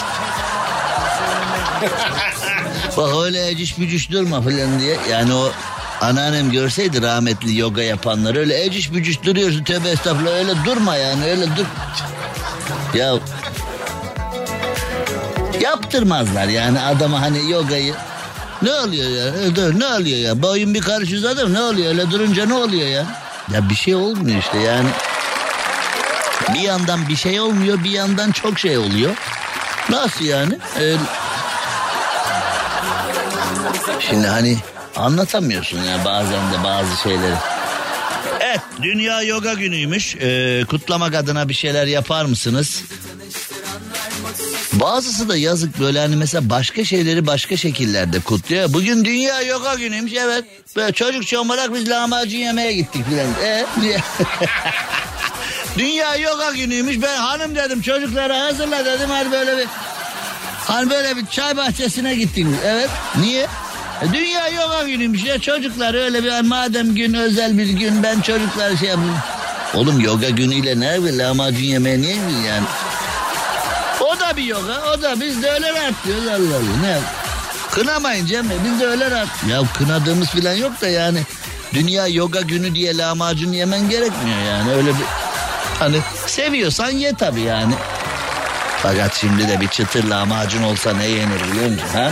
Bak öyle eciş bücüş durma falan diye. Yani o anneannem görseydi rahmetli yoga yapanları öyle eciş bücüş duruyorsun tövbe estağfurullah öyle durma yani öyle dur. Ya yaptırmazlar yani adama hani yogayı. Ne oluyor ya? Dur, ne oluyor ya? Boyun bir karış uzadı mı? Ne oluyor? Öyle durunca ne oluyor ya? Ya bir şey olmuyor işte yani. Bir yandan bir şey olmuyor, bir yandan çok şey oluyor. Nasıl yani? Şimdi hani anlatamıyorsun ya bazen de bazı şeyleri. Evet, Dünya Yoga Günü'ymüş. Kutlamak adına bir şeyler yapar mısınız? Bazısı da yazık böyle hani mesela başka şeyleri başka şekillerde kutluyor. Bugün Dünya Yoga Günü'ymüş evet. Böyle çocuk çomarak biz lahmacun yemeye gittik filan. Dünya Yoga Günü'ymüş ben hanım dedim çocuklara hazırla dedim hani böyle bir çay bahçesine gittik. Evet niye? Dünya Yoga Günü'ymüş ya çocuklar öyle bir madem gün özel bir gün ben çocuklar şey yapayım. Oğlum yoga günüyle ne bir lahmacun yemeye niye mi yani? O da bir yoga, o da biz de öyle rahat diyoruz Allah Allah. Ne? Kınamayın Cem biz de öyle rahat. Ya kınadığımız falan yok da yani Dünya Yoga Günü diye lahmacun yemen gerekmiyor yani öyle bir hani seviyorsan ye tabii yani. Fakat şimdi de bir çıtır lahmacun olsa ne yenir biliyor musun ha?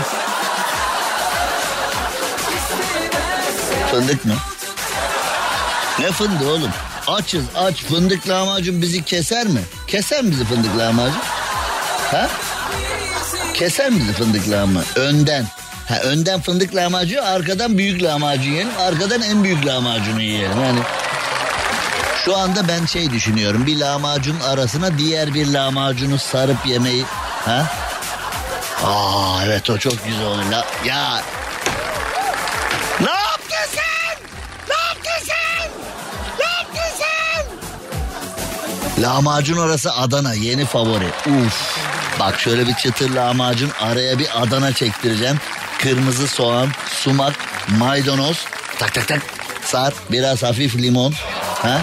Fındık mı? Ne fındığı oğlum? Açız aç fındık lahmacun bizi keser mi? Keser mi bizi fındık lahmacun? Ha? Keser mi bizi fındık lahmacun? Önden. Ha, önden fındık lahmacun, arkadan büyük lahmacun yiyelim. Arkadan en büyük lahmacunu yiyelim. Yani şu anda ben şey düşünüyorum. Bir lahmacun arasına diğer bir lahmacunu sarıp yemeyi. Ha? Aa evet o çok güzel olur. Ya. Ne yaptın sen? Ne yaptın sen? Ne yaptın sen? Lahmacun arası Adana yeni favori. Uf. Bak şöyle bir çıtır lahmacun araya bir Adana çektireceğim. Kırmızı soğan, sumak, maydanoz. Tak tak tak. Sar biraz hafif limon. Ha?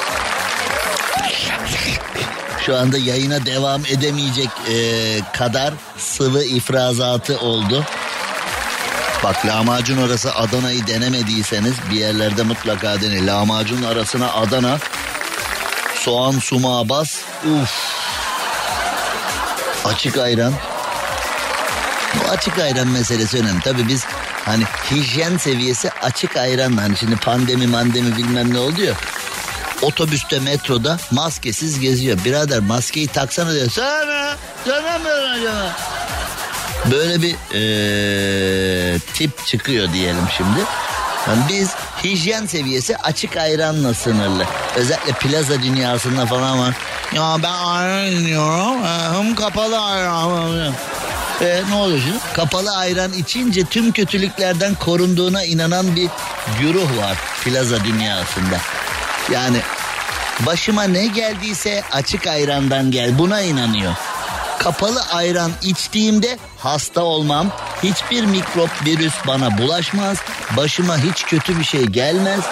Şu anda yayına devam edemeyecek kadar sıvı ifrazatı oldu. Bak lahmacun arası Adana'yı denemediyseniz bir yerlerde mutlaka deneyin. Lahmacun arasına Adana, soğan sumağı bas. Uf. Açık ayran. Bu açık ayran meselesi önemli. Tabii biz hani hijyen seviyesi açık ayran. Hani şimdi pandemi bilmem ne oluyor. Otobüste metroda maskesiz geziyor. Birader maskeyi taksana diyor. Sana mı acaba? Böyle bir tip çıkıyor diyelim şimdi. Yani biz hijyen seviyesi açık ayranla sınırlı. Özellikle plaza dünyasında falan var. Ya ben ayran içiyorum. Kapalı ayran. Ne oluyor şimdi? Kapalı ayran içince tüm kötülüklerden korunduğuna inanan bir güruh var plaza dünyasında. Yani başıma ne geldiyse açık ayrandan gel. Buna inanıyor. Kapalı ayran içtiğimde hasta olmam. Hiçbir mikrop, virüs bana bulaşmaz. Başıma hiç kötü bir şey gelmez.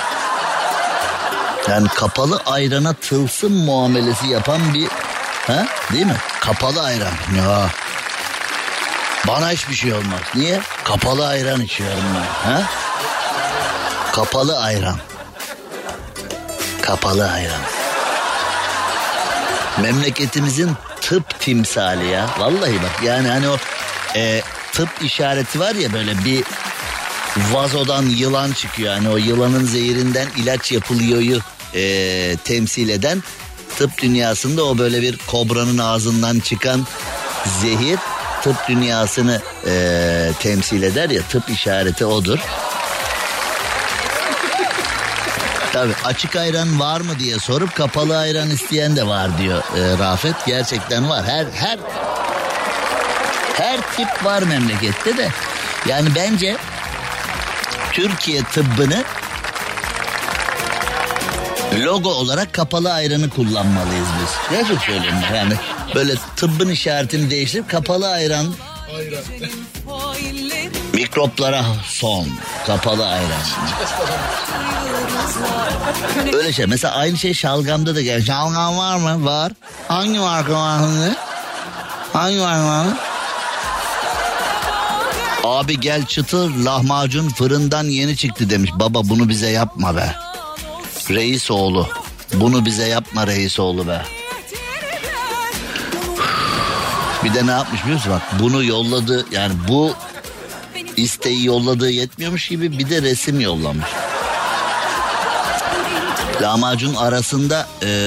Yani kapalı ayrana tılsım muamelesi yapan bir... Ha? Değil mi? Kapalı ayran. Ya. Bana hiçbir şey olmaz. Niye? Kapalı ayran içiyorum ben. Ha? Kapalı ayran. Kapalı ayran. Memleketimizin tıp timsali ya. Vallahi bak yani hani o tıp işareti var ya, böyle bir vazodan yılan çıkıyor. Hani o yılanın zehirinden ilaç yapılıyor'yu temsil eden, tıp dünyasında o böyle bir kobranın ağzından çıkan zehir tıp dünyasını temsil eder ya, tıp işareti odur. Tabii açık ayran var mı diye sorup kapalı ayran isteyen de var diyor Rafet. Gerçekten var. Her tip var memlekette de. Yani bence Türkiye tıbbını logo olarak kapalı ayranı kullanmalıyız biz. Ne çok söyleyeyim yani, böyle tıbbın işaretini değiştirip kapalı ayran. Mikroplara son kapalı ayran. Öyle şey. Mesela aynı şey şalgamda da gel. Şalgam var mı? Var. Hangi marka var? Hangi marka var? Abi gel çıtır lahmacun fırından yeni çıktı demiş. Baba bunu bize yapma be. Reisoğlu. Bunu bize yapma Reisoğlu be. Bir de ne yapmış biliyor musun? Bak bunu yolladı, yani bu isteği yolladığı yetmiyormuş gibi bir de resim yollamış. Lahmacun arasında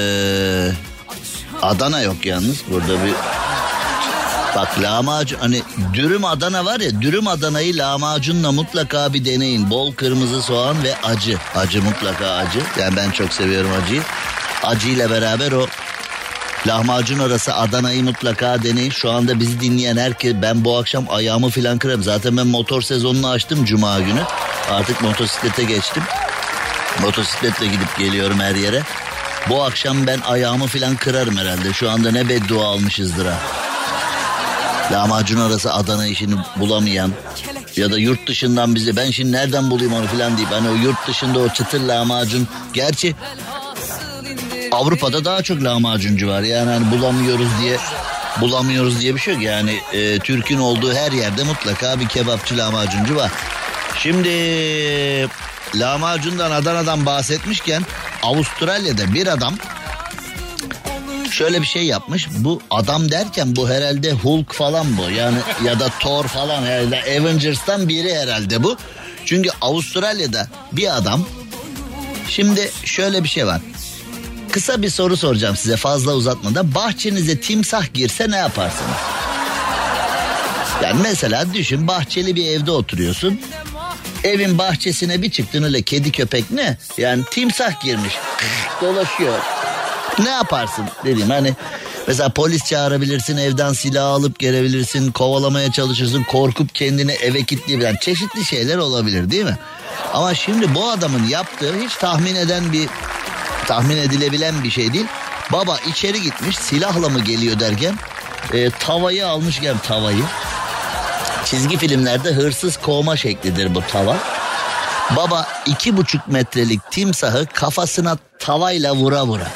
Adana yok yalnız. Burada bir bak lahmacun, hani dürüm Adana var ya, dürüm Adana'yı lahmacunla mutlaka bir deneyin. Bol kırmızı soğan ve acı. Acı, mutlaka acı. Yani ben çok seviyorum acıyı. Acıyla beraber o lahmacun arası Adana'yı mutlaka deneyin. Şu anda bizi dinleyen herkes, ben bu akşam ayağımı filan kırarım. Zaten ben motor sezonunu açtım cuma günü. Artık motosiklete geçtim. Motosikletle gidip geliyorum her yere. Bu akşam ben ayağımı filan kırarım herhalde. Şu anda ne beddua almışızdır ha. Lahmacun arası Adana işini bulamayan ya da yurt dışından bize, ben şimdi nereden bulayım onu filan deyip, hani o yurt dışında o çıtır lahmacun, gerçi Avrupa'da daha çok lahmacuncu var yani, hani bulamıyoruz diye bir şey yok yani. Türk'ün olduğu her yerde mutlaka bir kebapçı, lahmacuncu var. Şimdi lahmacundan, Adana'dan bahsetmişken, Avustralya'da bir adam şöyle bir şey yapmış. Bu adam derken bu herhalde Hulk falan bu. Yani ya da Thor falan, herhalde Avengers'tan biri herhalde bu. Çünkü Avustralya'da bir adam, şimdi şöyle bir şey var. Kısa bir soru soracağım size fazla uzatmadan. Bahçenize timsah girse ne yaparsınız? Yani mesela düşün, bahçeli bir evde oturuyorsun. Evin bahçesine bir çıktın, öyle kedi köpek ne? Yani timsah girmiş, dolaşıyor. Ne yaparsın dedim, hani mesela polis çağırabilirsin, evden silah alıp gelebilirsin, kovalamaya çalışırsın, korkup kendini eve kilitleyebilirsin. Yani çeşitli şeyler olabilir değil mi? Ama şimdi bu adamın yaptığı hiç tahmin edilebilen bir şey değil. Baba içeri gitmiş, silahla mı geliyor derken tavayı almışken, tavayı, çizgi filmlerde hırsız kovma şeklidir bu tava. Baba 2,5 metrelik timsahı kafasına tavayla vura vura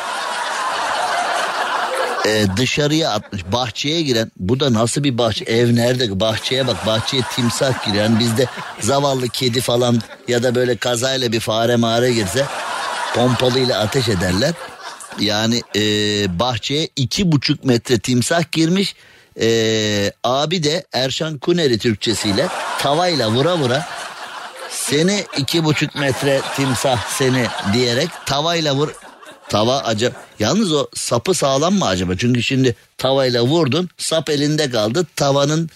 dışarıya atmış, bahçeye giren. Bu da nasıl bir bahçe, ev nerede, bahçeye bak, bahçeye timsah giriyor. Yani bizde zavallı kedi falan ya da böyle kazayla bir fare mağara girse pompalıyla ateş ederler. Yani bahçeye 2,5 metre timsah girmiş. Abi de Erşan Kuneri Türkçesiyle tavayla vura vura, seni 2,5 metre timsah seni diyerek tavayla vur. Tava acaba, yalnız o sapı sağlam mı acaba? Çünkü şimdi tavayla vurdun, sap elinde kaldı. Tavanın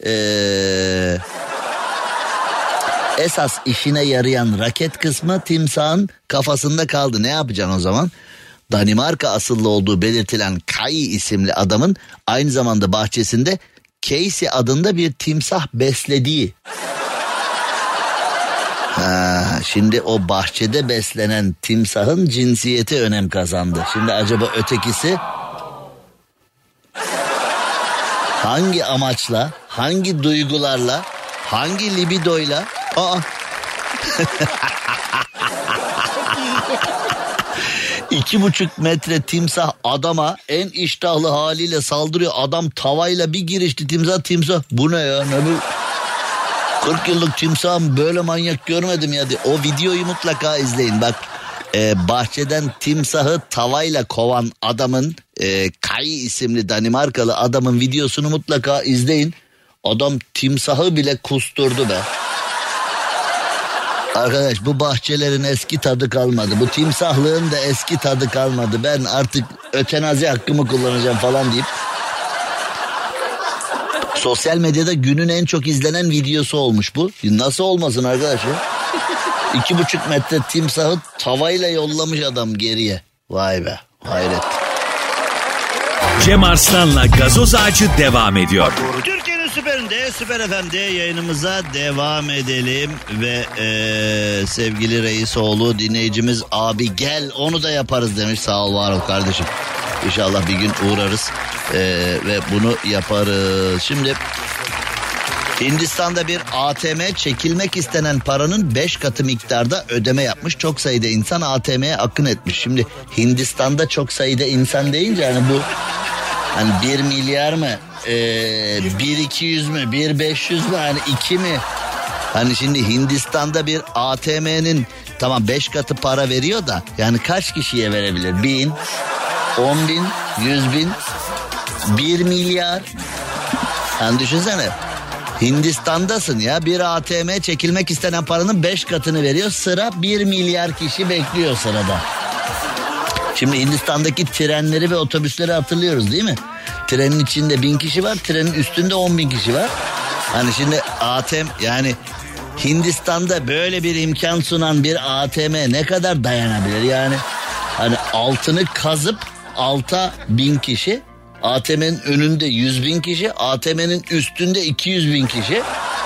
esas işine yarayan raket kısmı timsahın kafasında kaldı. Ne yapacaksın o zaman? Danimarka asıllı olduğu belirtilen Kai isimli adamın aynı zamanda bahçesinde Casey adında bir timsah beslediği. Şimdi o bahçede beslenen timsahın cinsiyeti önem kazandı. Şimdi acaba ötekisi hangi amaçla, hangi duygularla, hangi libidoyla? 2,5 metre timsah adama en iştahlı haliyle saldırıyor. Adam tavayla bir girişti, timsah. Bu ne ya? Ne bu? 40 yıllık timsahım böyle manyak görmedim ya diye. O videoyu mutlaka izleyin. Bak bahçeden timsahı tavayla kovan adamın Kai isimli Danimarkalı adamın videosunu mutlaka izleyin. Adam timsahı bile kusturdu be. Arkadaş bu bahçelerin eski tadı kalmadı. Bu timsahlığın da eski tadı kalmadı. Ben artık ötenazi hakkımı kullanacağım falan deyip. Sosyal medyada günün en çok izlenen videosu olmuş bu. Nasıl olmasın arkadaş ya? 2,5 metre timsahı tavayla yollamış adam geriye. Vay be, hayret. Cem Arslan'la Gazoz Ağacı devam ediyor. Türkiye'nin süperinde, Süper FM'de yayınımıza devam edelim. Ve sevgili Reisoğlu dinleyicimiz abi gel onu da yaparız demiş. Sağ ol var ol kardeşim. İnşallah bir gün uğrarız ve bunu yaparız. Şimdi Hindistan'da bir ATM çekilmek istenen paranın 5 katı miktarda ödeme yapmış. Çok sayıda insan ATM'ye akın etmiş. Şimdi Hindistan'da çok sayıda insan deyince hani bu hani 1 milyar mı 1.200 mü 1.500 mü hani 2 mi? Hani şimdi Hindistan'da bir ATM'nin tamam 5 katı para veriyor da yani kaç kişiye verebilir? 1000, 10.000, 100.000, 1 milyar. Yani düşünsene. Hindistan'dasın ya, bir ATM çekilmek istenen paranın 5 katını veriyor. Sıra 1 milyar kişi bekliyor sırada. Şimdi Hindistan'daki trenleri ve otobüsleri hatırlıyoruz değil mi? Trenin içinde 1000 kişi var, trenin üstünde 10.000 kişi var. Hani şimdi ATM yani Hindistan'da böyle bir imkan sunan bir ATM ne kadar dayanabilir? Yani hani altını kazıp alta 1000 kişi, ATM'nin önünde 100.000 kişi, ATM'nin üstünde 200.000 kişi.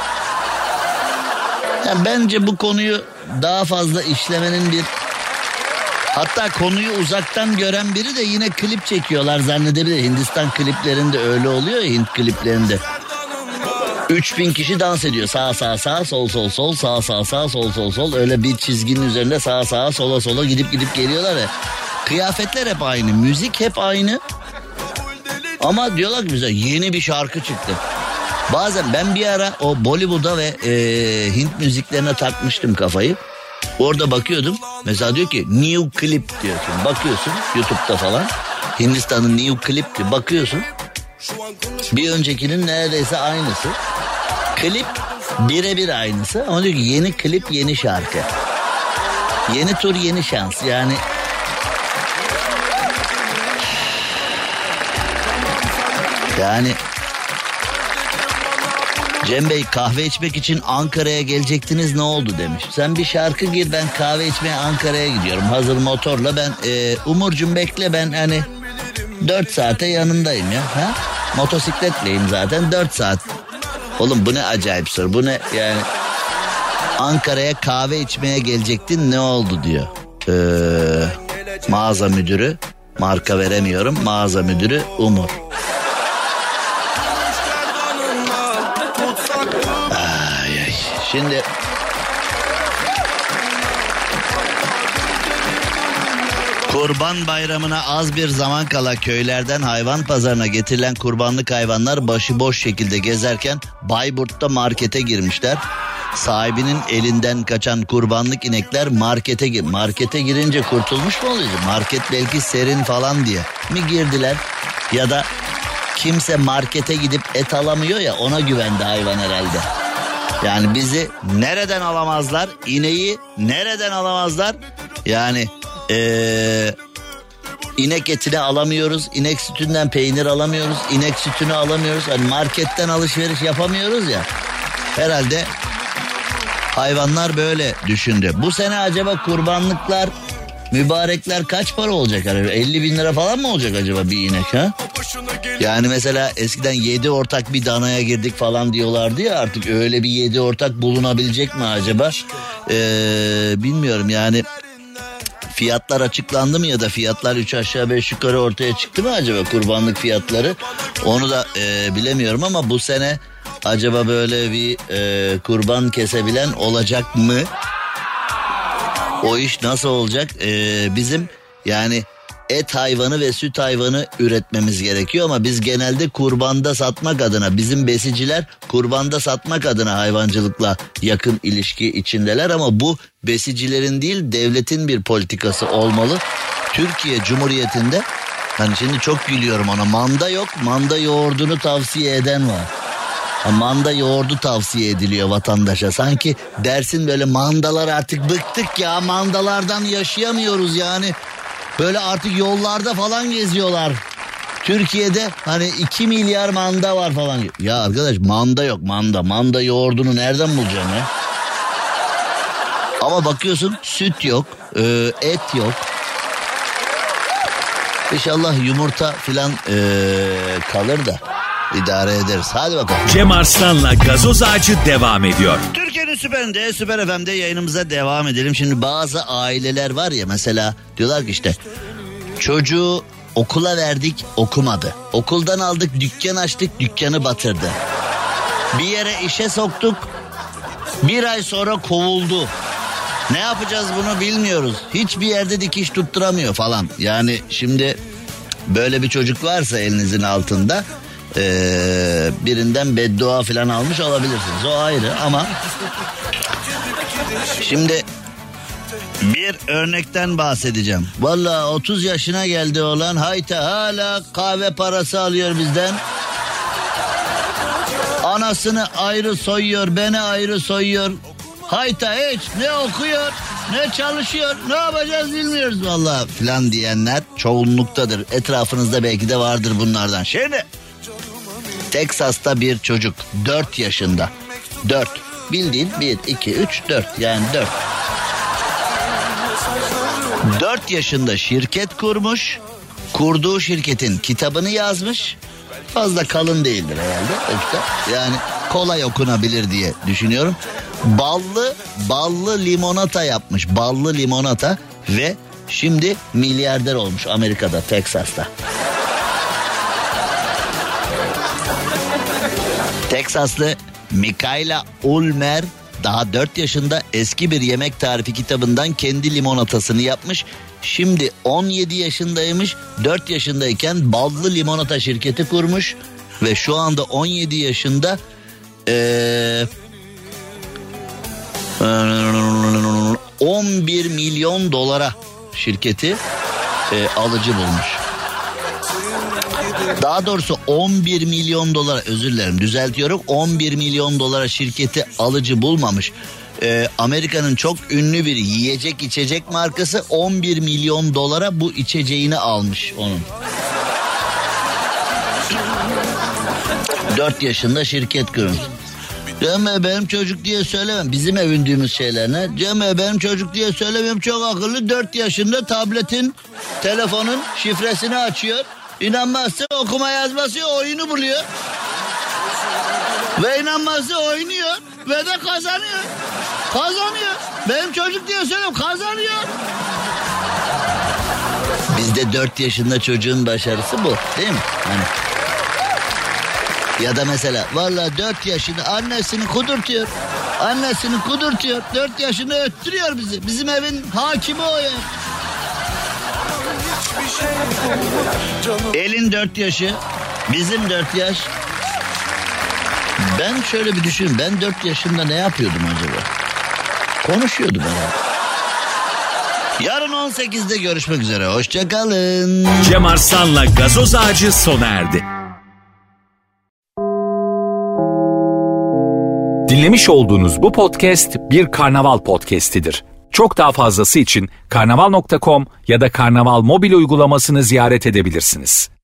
Yani bence bu konuyu daha fazla işlemenin bir... Hatta konuyu uzaktan gören biri de yine klip çekiyorlar zannedebilir. Hindistan kliplerinde öyle oluyor ya, Hint kliplerinde. 3000 kişi dans ediyor. Sağ sağ sağ sol sol sol sağ sağ sağ sol sol sol. Öyle bir çizginin üzerinde sağa sağa sola sola gidip geliyorlar ya. Kıyafetler hep aynı, müzik hep aynı. Ama diyorlar ki bize yeni bir şarkı çıktı. Bazen ben bir ara o Bollywood'a ve Hint müziklerine takmıştım kafayı. Orada bakıyordum. Mesela diyor ki new clip diyorsun. Bakıyorsun YouTube'da falan. Hindistan'ın new clip diyor. Bakıyorsun. Bir öncekinin neredeyse aynısı. Klip birebir aynısı. Ama diyor ki yeni klip yeni şarkı. Yeni tur yeni şans. Yani Cem Bey kahve içmek için Ankara'ya gelecektiniz, ne oldu demiş. Sen bir şarkı gir, ben kahve içmeye Ankara'ya gidiyorum. Hazır motorla ben Umurcuğum bekle, ben hani 4 saate yanındayım ya. Ha? Motosikletleyim zaten 4 saat. Oğlum bu ne acayip soru, bu ne yani. Ankara'ya kahve içmeye gelecektin, ne oldu diyor. Mağaza müdürü, marka veremiyorum, mağaza müdürü Umur. Şimdi Kurban Bayramı'na az bir zaman kala köylerden hayvan pazarına getirilen kurbanlık hayvanlar başıboş şekilde gezerken Bayburt'ta markete girmişler. Sahibinin elinden kaçan kurbanlık inekler markete girince kurtulmuş mu oluyor? Market belki serin falan diye mi girdiler? Ya da kimse markete gidip et alamıyor ya, ona güvendi hayvan herhalde. Yani bizi nereden alamazlar? İneği nereden alamazlar? Yani inek etini alamıyoruz. İnek sütünden peynir alamıyoruz. İnek sütünü alamıyoruz. Hani marketten alışveriş yapamıyoruz ya. Herhalde hayvanlar böyle düşündü. Bu sene acaba kurbanlıklar, mübarekler kaç para olacak? 50 bin lira falan mı olacak acaba bir inek ha? Yani mesela eskiden 7 ortak bir danaya girdik falan diyorlardı ya, artık öyle bir 7 ortak bulunabilecek mi acaba? Bilmiyorum yani. Fiyatlar açıklandı mı ya da fiyatlar 3 aşağı 5 yukarı ortaya çıktı mı acaba kurbanlık fiyatları? Onu da bilemiyorum ama bu sene acaba böyle bir kurban kesebilen olacak mı? O iş nasıl olacak? Bizim yani et hayvanı ve süt hayvanı üretmemiz gerekiyor ama biz genelde kurbanda satmak adına, bizim besiciler kurbanda satmak adına hayvancılıkla yakın ilişki içindeler ama bu besicilerin değil, devletin bir politikası olmalı. Türkiye Cumhuriyeti'nde, hani şimdi çok gülüyorum ona, manda yok, manda yoğurdunu tavsiye eden var. Manda yoğurdu tavsiye ediliyor vatandaşa. Sanki dersin böyle mandalar artık bıktık ya, mandalardan yaşayamıyoruz yani. Böyle artık yollarda falan geziyorlar. Türkiye'de hani 2 milyar manda var falan. Ya arkadaş manda yok, manda. Manda yoğurdunu nereden bulacaksın ya? Ama bakıyorsun süt yok, et yok. İnşallah yumurta filan kalır da idare ederiz. Hadi bakalım. Cem Arslan'la Gazoz Ağacı devam ediyor. Türkiye'nin süperinde, Süper FM'de yayınımıza devam edelim. Şimdi bazı aileler var ya, mesela diyorlar ki işte çocuğu okula verdik, okumadı. Okuldan aldık, dükkan açtık, dükkanı batırdı. Bir yere işe soktuk, bir ay sonra kovuldu. Ne yapacağız bunu bilmiyoruz. Hiçbir yerde dikiş tutturamıyor falan. Yani şimdi böyle bir çocuk varsa elinizin altında, birinden beddua falan almış olabilirsiniz. O ayrı ama şimdi bir örnekten bahsedeceğim. Vallahi 30 yaşına geldi olan hayta hala kahve parası alıyor bizden. Anasını ayrı soyuyor, beni ayrı soyuyor. Hayta hiç ne okuyor, ne çalışıyor, ne yapacağız bilmiyoruz vallahi filan diyenler çoğunluktadır. Etrafınızda belki de vardır bunlardan. Şimdi Teksas'ta bir çocuk 4 yaşında. 4. Bildiğin 1, 2, 3, 4. Yani 4. 4 yaşında şirket kurmuş. Kurduğu şirketin kitabını yazmış. Fazla kalın değildir herhalde. İşte yani kolay okunabilir diye düşünüyorum. Ballı limonata yapmış. Ballı limonata ve şimdi milyarder olmuş Amerika'da, Teksas'ta. Teksaslı Mikaela Ulmer daha 4 yaşında eski bir yemek tarifi kitabından kendi limonatasını yapmış. Şimdi 17 yaşındaymış. 4 yaşındayken ballı limonata şirketi kurmuş. Ve şu anda 17 yaşında 11 milyon dolara şirketi alıcı bulmuş. Daha doğrusu 11 milyon dolar, özür dilerim düzeltiyorum, 11 milyon dolara şirketi alıcı bulmamış. Amerika'nın çok ünlü bir yiyecek içecek markası 11 milyon dolara bu içeceğini almış onun. 4 yaşında şirket kurmuş. Cem Bey benim çocuk diye söylemem. Bizim övündüğümüz şeyler ne? Cem Bey benim çocuk diye söylemem, çok akıllı. 4 yaşında tabletin, telefonun şifresini açıyor. İnanmazsa okuma yazması oyunu buluyor. Ve inanmazsa oynuyor. Ve de kazanıyor. Kazanıyor. Benim çocuk diye söylüyorum, kazanıyor. Bizde 4 yaşında çocuğun başarısı bu değil mi? Hani. Ya da mesela vallahi 4 yaşında annesini kudurtuyor. Annesini kudurtuyor. 4 yaşında öttürüyor bizi. Bizim evin hakimi o ya. Elin 4 yaşı, bizim 4 yaş. Ben şöyle bir düşünün, ben 4 yaşında ne yapıyordum acaba? Konuşuyordum herhalde. Yarın 18'de görüşmek üzere, hoşça kalın. Cem Arslan'la Gazoz Ağacı sona erdi. Dinlemiş olduğunuz bu podcast bir Karnaval podcastidir. Çok daha fazlası için karnaval.com ya da Karnaval mobil uygulamasını ziyaret edebilirsiniz.